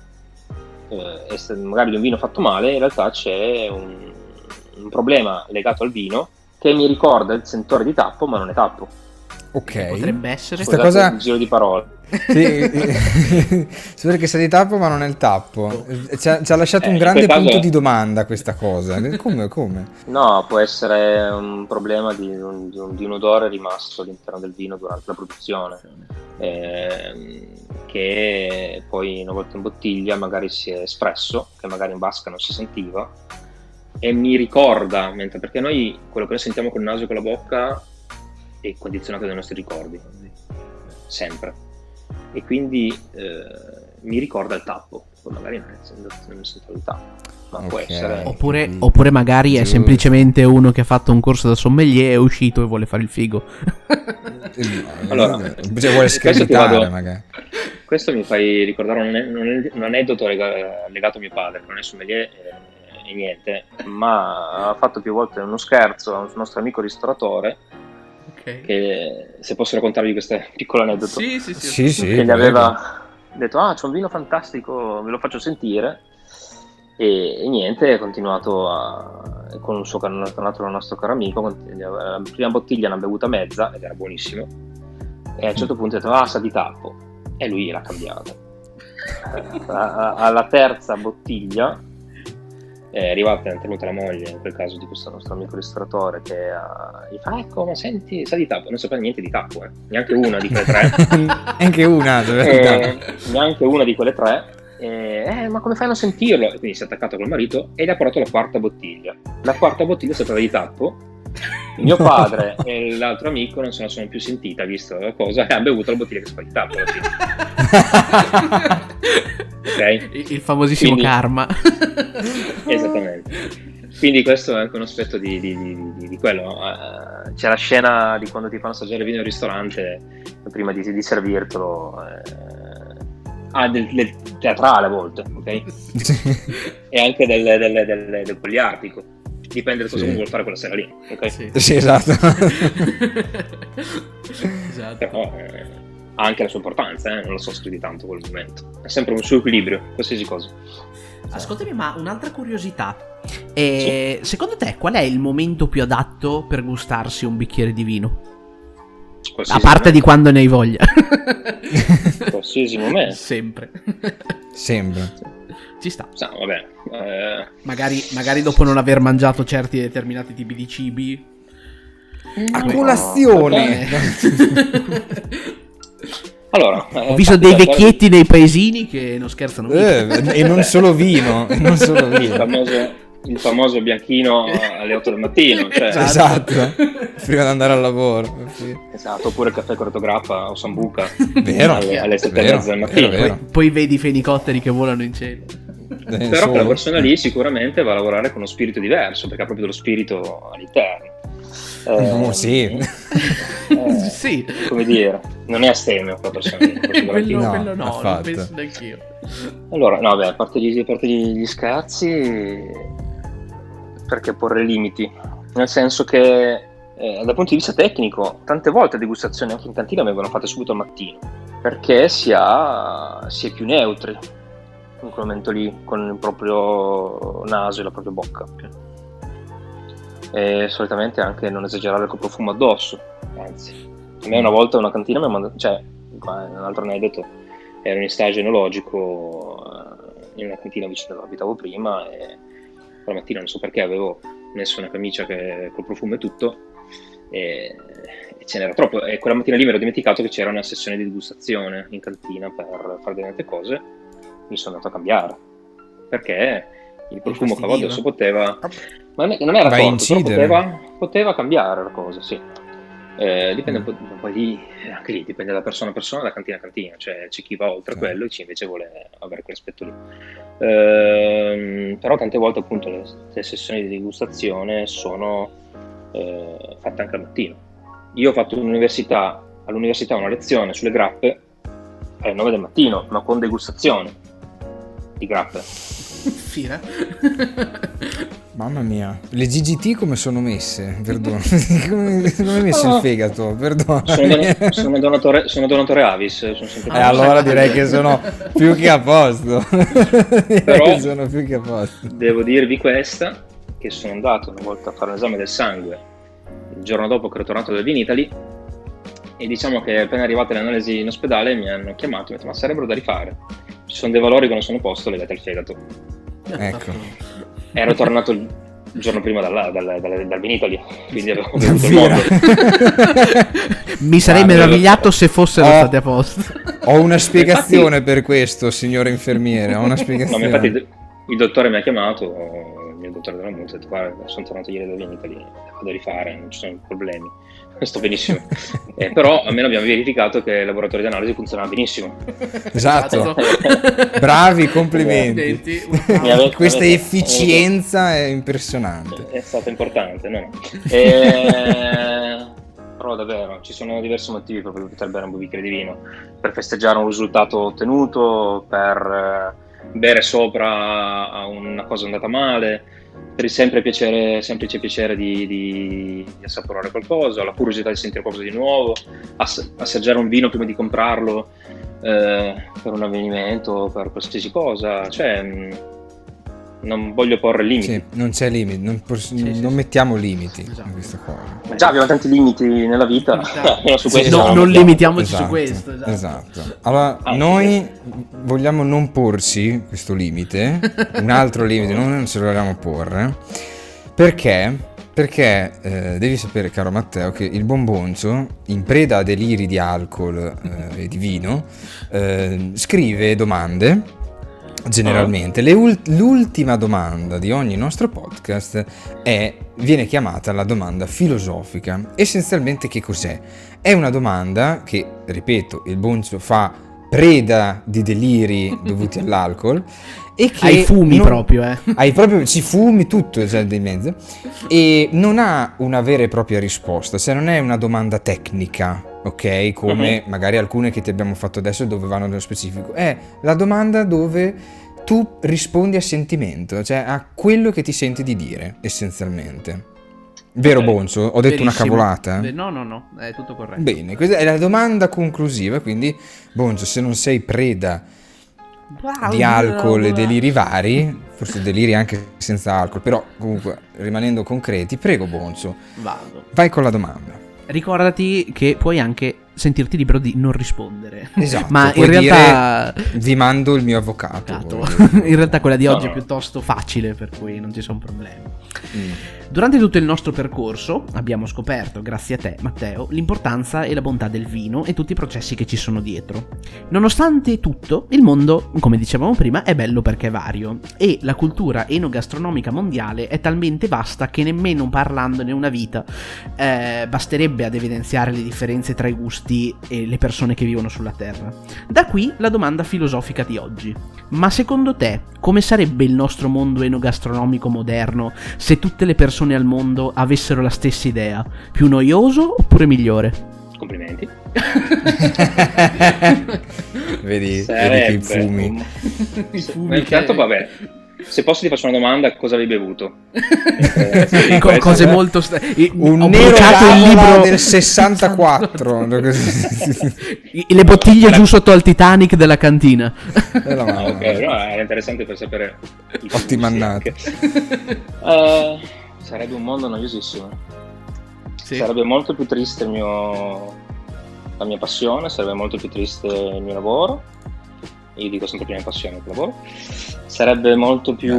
S3: eh, magari di un vino fatto male, in realtà c'è un, un problema legato al vino che mi ricorda il sentore di tappo ma non è tappo.
S2: Ok,
S1: potrebbe essere
S2: questa cosa
S3: un giro di parole.
S2: Sì, perché sa di tappo ma non è il tappo. Ci ha, ci ha lasciato eh, un grande punto caso... di domanda questa cosa. Come, come?
S3: No, può essere un problema di un, di, un, di un odore rimasto all'interno del vino durante la produzione, eh, che poi una volta in bottiglia magari si è espresso, che magari in vasca non si sentiva, e mi ricorda, mentre perché noi quello che noi sentiamo col naso e con la bocca è condizionato dai nostri ricordi, sempre. E quindi eh, mi ricorda il tappo, poi magari non è sento il tappo, ma okay. Può essere
S1: oppure, oppure magari è semplicemente uno che ha fatto un corso da sommelier, è uscito e vuole fare il figo.
S3: Allora,
S2: cioè, vuole screditare vado, magari.
S3: Questo mi fai ricordare un, un aneddoto legato a mio padre, non è sommelier e, e niente, ma ha fatto più volte uno scherzo a un nostro amico ristoratore. Okay. Che se posso raccontarvi questo piccolo aneddoto,
S1: sì, sì, sì,
S2: sì, sì,
S3: che gli aveva detto: ah, c'è un vino fantastico, ve lo faccio sentire. E, e niente, ha continuato a, con un suo canale, il nostro caro amico. La prima bottiglia l'ha bevuta mezza ed era buonissimo, e a un certo punto ha detto: ah, sa di tappo, e lui l'ha cambiato. Alla terza bottiglia è arrivata, è intervenuta la moglie, in quel caso di questo nostro amico ristoratore, che uh, gli fa: ecco, ma senti, sa di tappo. Non sapeva niente di tappo, eh. Neanche una di quelle tre.
S2: Neanche una,
S3: eh, neanche una di quelle tre. Eh, eh, ma come fai a non sentirlo? E quindi si è attaccato col marito e gli ha portato la quarta bottiglia. La quarta bottiglia sapeva di tappo. Il mio padre e l'altro amico non se la sono più sentita, visto la cosa, e ha bevuto la bottiglia che sapeva di tappo alla fine. Okay?
S1: Il, il famosissimo quindi, karma.
S3: Esattamente. Quindi questo è anche un aspetto di, di, di, di, di quello. Uh, c'è la scena di quando ti fanno assaggiare il vino al ristorante prima di, di servirtelo. Eh, ah, del, del teatrale a volte, ok? E anche del, del, del, del goliardico. Dipende da cosa sì. Vuol fare quella sera lì, ok?
S2: Sì, sì, esatto.
S1: Esatto.
S3: Però eh, ha anche la sua importanza, eh? Non la so scrivi tanto quel momento. È sempre un suo equilibrio, qualsiasi cosa.
S1: Ascoltami, ma un'altra curiosità. Eh, sì. Secondo te qual è il momento più adatto per gustarsi un bicchiere di vino?
S3: Qualsiasi
S1: a parte
S3: momento.
S1: Di quando ne hai voglia.
S3: Qualsiasi momento.
S1: Sempre.
S2: Sempre.
S1: Ci sta.
S3: No, vabbè. Eh...
S1: Magari, magari dopo non aver mangiato certi determinati tipi di cibi.
S2: A colazione.
S3: Allora,
S1: ho visto dei vecchietti nei paesini che non scherzano
S2: eh, e non solo vino, e non solo vino.
S3: Il famoso, il famoso bianchino alle otto del mattino, cioè.
S2: Esatto, prima di andare al lavoro. Sì.
S3: Esatto, oppure il caffè cortograffa o sambuca.
S2: Vero,
S3: alle, alle sette
S2: vero,
S3: e mezza del mattino.
S2: Vero, vero.
S1: Poi, poi vedi i fenicotteri che volano in cielo.
S3: Eh, Però solo. Quella persona lì sicuramente va a lavorare con uno spirito diverso, perché ha proprio dello spirito all'interno.
S2: Eh, no, sì.
S3: Eh,
S1: sì.
S3: Come dire, non è astemio quella persona lì.
S1: quello
S2: no,
S1: quello no, lo penso neanch'io.
S3: Allora, no, beh, a parte gli, a parte gli scherzi, perché porre limiti? Nel senso che eh, dal punto di vista tecnico, tante volte le degustazioni anche in cantina vengono fatte subito al mattino, perché si, ha, si è più neutri. in quel momento lì, con il proprio naso e la propria bocca. E solitamente anche non esagerare col profumo addosso, anzi. A me una volta una cantina mi ha mandato, cioè, qua un altro aneddoto, ero in stage enologico in una cantina vicino dove abitavo prima e quella mattina non so perché avevo messo una camicia che, col profumo e tutto e, e ce n'era troppo, e quella mattina lì mi ero dimenticato che c'era una sessione di degustazione in cantina per fare delle cose. Mi sono andato a cambiare perché il profumo che avevo addosso poteva, ma non era
S2: Vai
S3: forte, però
S2: incidere.
S3: poteva, poteva cambiare la cosa, sì. Eh, dipende un po', un po' lì, anche lì dipende da persona a persona, da cantina a cantina, cioè c'è chi va oltre
S2: Sì.
S3: quello e chi invece vuole avere quell'aspetto lì. Ehm, però tante volte appunto le, le sessioni di degustazione sono eh, fatte anche al mattino. Io ho fatto un'università, all'università una lezione sulle grappe alle nove del mattino, ma con degustazione di grappe.
S1: Fine.
S2: Mamma mia, le G G T come sono messe? Perdono. come, come è messo
S3: No.
S2: il fegato? Perdono.
S3: Sono, don- sono donatore, sono donatore Avis, sono sempre
S2: Eh, allora direi che sono più che a posto. direi
S3: Però-
S2: che sono più che a posto.
S3: Devo dirvi questa, che sono andato una volta a fare un esame del sangue il giorno dopo che ero tornato da Vinitaly e diciamo che appena arrivate le analisi in ospedale mi hanno chiamato e mi hanno detto ma sarebbero da rifare, ci sono dei valori che non sono a posto legati al fegato.
S2: Ecco.
S3: Ero tornato il giorno prima dalla, dal, dal, dal Vinitaly, quindi avevo
S2: Davvero?
S3: bevuto il mondo.
S1: Mi sarei
S3: Guarda,
S1: meravigliato se fossero
S2: Oh.
S1: stati a posto.
S2: Ho una spiegazione per questo, signore infermiere. Ho una
S3: No, ma
S2: spiegazione.
S3: infatti il, il dottore mi ha chiamato, il mio dottore della multa, ha detto guarda, sono tornato ieri da Vinitaly, vado a rifare, non ci sono problemi, sto benissimo. Eh, però almeno abbiamo verificato che il laboratorio di analisi funzionava benissimo.
S2: Esatto. Bravi, complimenti.
S3: Mi avete-
S2: Questa
S3: avete-
S2: efficienza è impressionante.
S3: È stato importante, no? E... però davvero ci sono diversi motivi per poter bere un bicchiere di vino: per festeggiare un risultato ottenuto, per eh, bere sopra a una cosa andata male, per il sempre piacere, semplice piacere di, di, di assaporare qualcosa, la curiosità di sentire qualcosa di nuovo, ass- assaggiare un vino prima di comprarlo eh, per un avvenimento, per qualsiasi cosa, cioè mh, non voglio porre limiti.
S2: Sì, non c'è limite, non, pos-
S1: Sì, sì,
S2: non
S1: sì.
S2: mettiamo limiti
S1: Esatto.
S2: in questa cosa.
S3: Ma già abbiamo tanti limiti nella vita,
S1: Esatto.
S3: almeno su
S2: Sì,
S3: questo
S1: No,
S2: esatto.
S1: non
S3: mettiamo.
S1: limitiamoci
S2: Esatto,
S1: su questo. Esatto.
S2: esatto. Allora,
S3: Ah,
S2: noi vogliamo non porci questo limite, un altro limite, noi non ce lo vogliamo porre, perché? Perché eh, devi sapere, caro Matteo, che il buon Boncio, in preda a deliri di alcol eh, e di vino, eh, scrive domande. Generalmente Le ult- l'ultima domanda di ogni nostro podcast è, viene chiamata la domanda filosofica. Essenzialmente che cos'è? È una domanda che, ripeto, il Boncio fa preda di deliri dovuti all'alcol e che
S1: Ai fumi
S2: non-
S1: proprio, eh.
S2: hai proprio, ci fumi tutto cioè, di mezzo, e non ha una vera e propria risposta, cioè non è una domanda tecnica, ok, come
S3: Mhm.
S2: magari alcune che ti abbiamo fatto adesso dove vanno nello specifico. È la domanda dove tu rispondi a sentimento, cioè a quello che ti senti di dire, essenzialmente. Vero
S3: Ok.
S2: Bonzo? Ho detto una
S1: Verissimo.
S2: cavolata?
S1: Beh, No, no, no, è tutto corretto.
S2: Bene, questa è la domanda conclusiva, quindi Bonzo, se non sei preda di alcol e deliri vari, forse deliri anche senza alcol, però comunque rimanendo concreti, prego Bonzo,
S1: Vado.
S2: vai con la domanda.
S1: Ricordati che puoi anche sentirti libero di non rispondere.
S2: Esatto,
S1: Ma in
S2: puoi
S1: realtà
S2: dire, vi mando il mio avvocato.
S1: Esatto.
S2: voglio dire.
S1: In realtà quella di
S3: No,
S1: oggi
S3: no.
S1: è piuttosto facile, per cui non ci sono problemi.
S2: Mm.
S1: Durante tutto il nostro percorso abbiamo scoperto, grazie a te Matteo, l'importanza e la bontà del vino e tutti i processi che ci sono dietro. Nonostante tutto, il mondo, come dicevamo prima, è bello perché è vario e la cultura enogastronomica mondiale è talmente vasta che nemmeno parlandone una vita eh, basterebbe ad evidenziare le differenze tra i gusti e le persone che vivono sulla Terra. Da qui la domanda filosofica di oggi. Ma secondo te, come sarebbe il nostro mondo enogastronomico moderno se tutte le persone al mondo avessero la stessa idea? Più noioso oppure migliore?
S3: Complimenti.
S2: vedi, vedi che
S3: Sarebbe
S2: infumi.
S3: un-
S1: I
S3: Se-
S1: fumi
S3: ma intanto
S1: che-
S3: vabbè, Se posso ti faccio una domanda, cosa avevi bevuto?
S1: Eh, Co- cose molto st-
S2: un
S1: ho
S2: nero
S1: bruciato il libro
S2: del sessantaquattro.
S1: Le bottiglie giù sotto al Titanic della cantina.
S2: Della
S3: Ah, ok, no, era interessante per sapere.
S2: Ottima annata.
S3: uh, sarebbe un mondo noiosissimo.
S1: Sì.
S3: Sarebbe molto più triste il mio la mia passione, sarebbe molto più triste il mio lavoro. Io dico sempre più la mia passione che il lavoro. Sarebbe molto più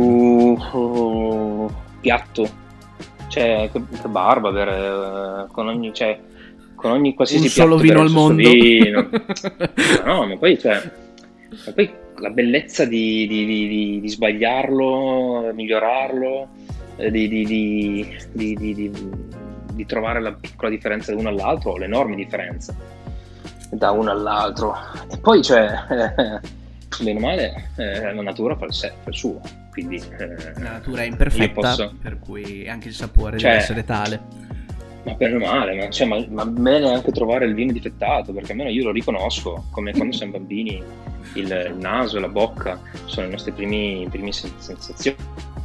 S3: uh, piatto, cioè che, che barba avere uh, con ogni, cioè, con ogni qualsiasi
S1: un solo
S3: piatto
S1: vino al mondo.
S3: Vino. Ma no, ma poi, cioè, ma poi la bellezza di, di, di, di, di sbagliarlo, migliorarlo, eh, di, di, di, di, di, di, di trovare la piccola differenza da uno all'altro, o l'enorme differenza da uno all'altro. E poi, cioè, eh, bene o male, eh, la natura fa il, sé, fa il suo, quindi eh,
S1: la natura è imperfetta,
S3: posso...
S1: per cui anche il sapore
S3: cioè,
S1: deve essere tale.
S3: Ma bene o male, ma, cioè, ma, ma bene anche trovare il vino difettato, perché almeno io lo riconosco, come quando siamo bambini, il, il naso e la bocca sono le nostre primi, primi sensazioni,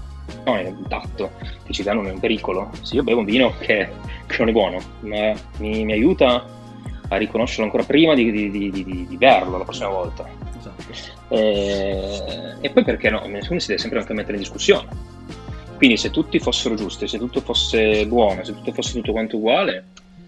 S3: il tatto, che ci danno un pericolo. Se io bevo un vino che, che non è buono, ma mi, mi aiuta a riconoscerlo ancora prima di, di, di, di, di berlo la prossima volta.
S1: Esatto.
S3: E, e poi perché no? Nessuno si deve sempre anche mettere in discussione. Quindi se tutti fossero giusti, se tutto fosse buono, se tutto fosse tutto quanto uguale,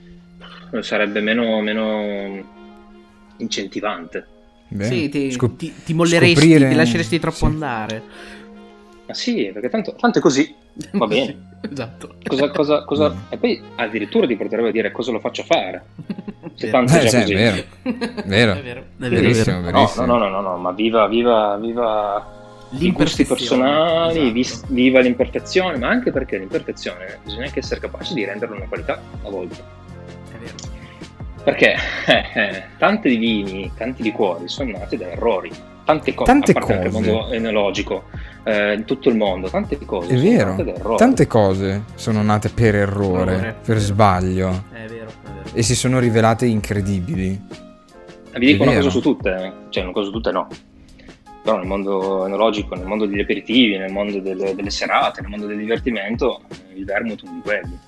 S3: sarebbe meno, meno incentivante.
S1: Beh, sì, ti,
S2: scop-
S1: ti, ti molleresti, scoprire... ti lasceresti troppo sì. andare.
S3: Ma sì, perché tanto, tanto è così, va bene.
S1: Esatto.
S3: Cosa, cosa, cosa... E poi addirittura ti porterebbe a dire cosa lo faccio fare. Se tanto
S2: eh,
S3: è già
S2: cioè,
S3: così.
S2: È vero, vero.
S1: È vero, è vero,
S2: verissimo,
S1: è vero.
S2: verissimo.
S3: No, no, no, no, no, ma viva, viva, viva i gusti personali,
S1: esatto.
S3: Viva l'imperfezione, ma anche perché l'imperfezione bisogna anche essere capaci di renderla una qualità a volte.
S1: È vero.
S3: Perché eh, eh, tanti vini, tanti liquori sono nati da errori, tante, co-
S2: tante
S3: a parte
S2: cose,
S3: anche il mondo enologico, eh, in tutto il mondo, tante cose
S2: è
S3: sono
S2: vero,
S3: nate da errori.
S2: Tante cose sono nate per errore,
S1: errore
S2: per sbaglio,
S1: è vero, è vero.
S2: E si sono rivelate incredibili.
S3: Vi dico
S2: è
S3: una
S2: vero.
S3: cosa su tutte, cioè una cosa su tutte no, però nel mondo enologico, nel mondo degli aperitivi, nel mondo delle, delle serate, nel mondo del divertimento, il vermouth è uno di quelli.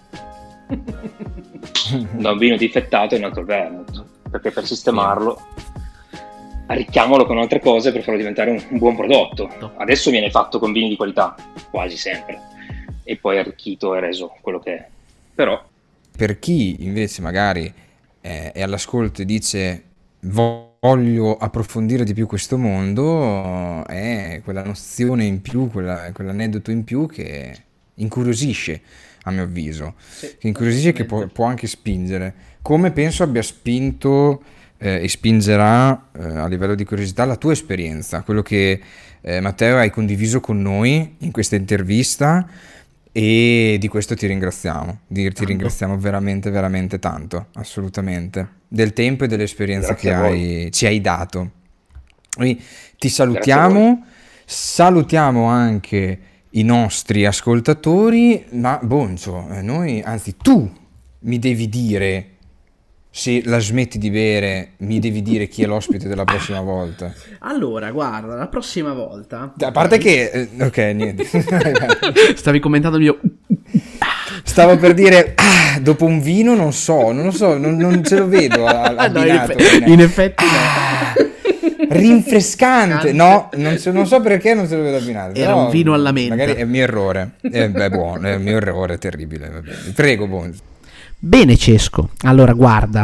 S3: Da un vino difettato è nato il vermouth, perché per sistemarlo arricchiamolo con altre cose per farlo diventare un, un buon prodotto. Adesso viene fatto con vini di qualità, quasi sempre, e poi arricchito e reso quello che è. Però
S2: per chi invece magari eh, è all'ascolto e dice voglio approfondire di più questo mondo, è quella nozione in più, quella, quell'aneddoto in più che incuriosisce, a mio avviso, sì, che incuriosisce e che può, può anche spingere, come penso abbia spinto eh, e spingerà eh, a livello di curiosità la tua esperienza, quello che eh, Matteo hai condiviso con noi in questa intervista, e di questo ti ringraziamo, ti tanto. ringraziamo veramente veramente tanto, assolutamente, del tempo e dell'esperienza Grazie che hai, ci hai dato. Quindi ti salutiamo, salutiamo anche i nostri ascoltatori, ma Boncio, noi, anzi tu mi devi dire, se la smetti di bere, mi devi dire chi è l'ospite della prossima volta.
S1: Allora, guarda, la prossima volta...
S2: A parte che... Eh, ok, niente.
S1: Stavi commentando il mio...
S2: Stavo per dire, ah, dopo un vino non so, non lo so, non, non ce lo vedo abbinato.
S1: No, in, eff- in effetti
S2: ah, rinfrescante, no, non so, non so perché non se lo vedo abbinato.
S1: Era un vino alla menta.
S2: Magari è il mio errore, è, è buono, è il mio errore terribile. Vabbè. Prego, Bonzo.
S1: Bene Cesco, allora guarda,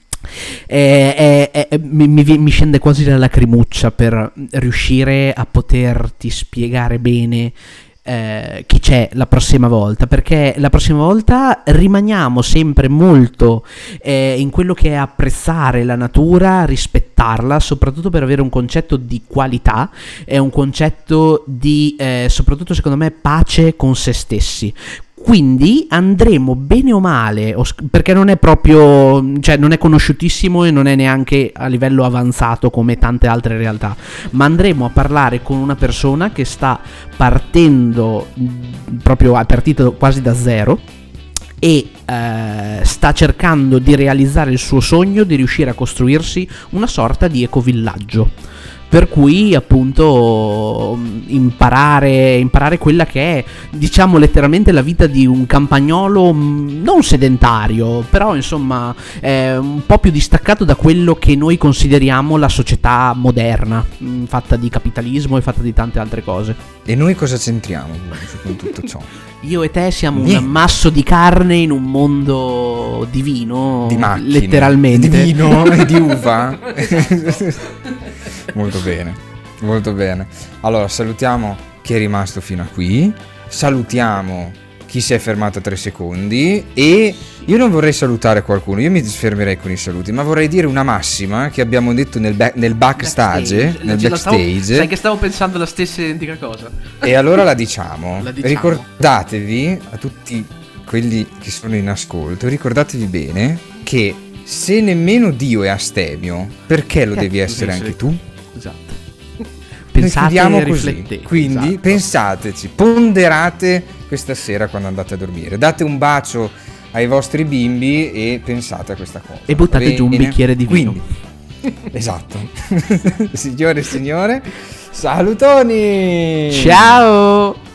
S1: eh, eh, eh, mi, mi, mi scende quasi la lacrimuccia per riuscire a poterti spiegare bene eh, chi c'è la prossima volta, perché la prossima volta rimaniamo sempre molto eh, in quello che è apprezzare la natura, rispettarla, soprattutto per avere un concetto di qualità, è un concetto di, eh, soprattutto secondo me, pace con se stessi. Quindi andremo bene o male, perché non è proprio, cioè non è conosciutissimo e non è neanche a livello avanzato come tante altre realtà, ma andremo a parlare con una persona che sta partendo, proprio è partito quasi da zero e eh, sta cercando di realizzare il suo sogno di riuscire a costruirsi una sorta di ecovillaggio. per cui appunto imparare, imparare quella che è, diciamo letteralmente, la vita di un campagnolo non sedentario, però insomma è un po' più distaccato da quello che noi consideriamo la società moderna, fatta di capitalismo e fatta di tante altre cose.
S2: E noi cosa c'entriamo con tutto ciò?
S1: Io e te siamo
S2: Niente.
S1: un ammasso di carne in un mondo di vino,
S2: Di macchine,
S1: letteralmente.
S2: di vino e di uva. Molto bene, molto bene. Allora salutiamo chi è rimasto fino a qui, salutiamo chi si è fermato a tre secondi, e io non vorrei salutare qualcuno, io mi fermerei con i saluti, ma vorrei dire una massima che abbiamo detto nel, back, nel backstage,
S1: backstage.
S2: nel
S1: Stavo,
S2: backstage.
S1: sai che stavo pensando la stessa identica cosa.
S2: E allora la diciamo.
S1: La diciamo.
S2: Ricordatevi, a tutti quelli che sono in ascolto, ricordatevi bene che se nemmeno Dio è astemio, perché lo
S1: Che
S2: devi essere
S1: sì,
S2: anche
S1: sì.
S2: tu?
S1: Esatto.
S2: Noi
S1: Pensate
S2: chiudiamo
S1: e
S2: così.
S1: riflettete.
S2: Quindi
S1: Esatto.
S2: pensateci, ponderate questa sera quando andate a dormire. Date un bacio ai vostri bimbi e pensate a questa cosa.
S1: E buttate
S2: Bene?
S1: giù un bicchiere di vino.
S2: Quindi, esatto. Signore e signore, salutoni!
S1: Ciao!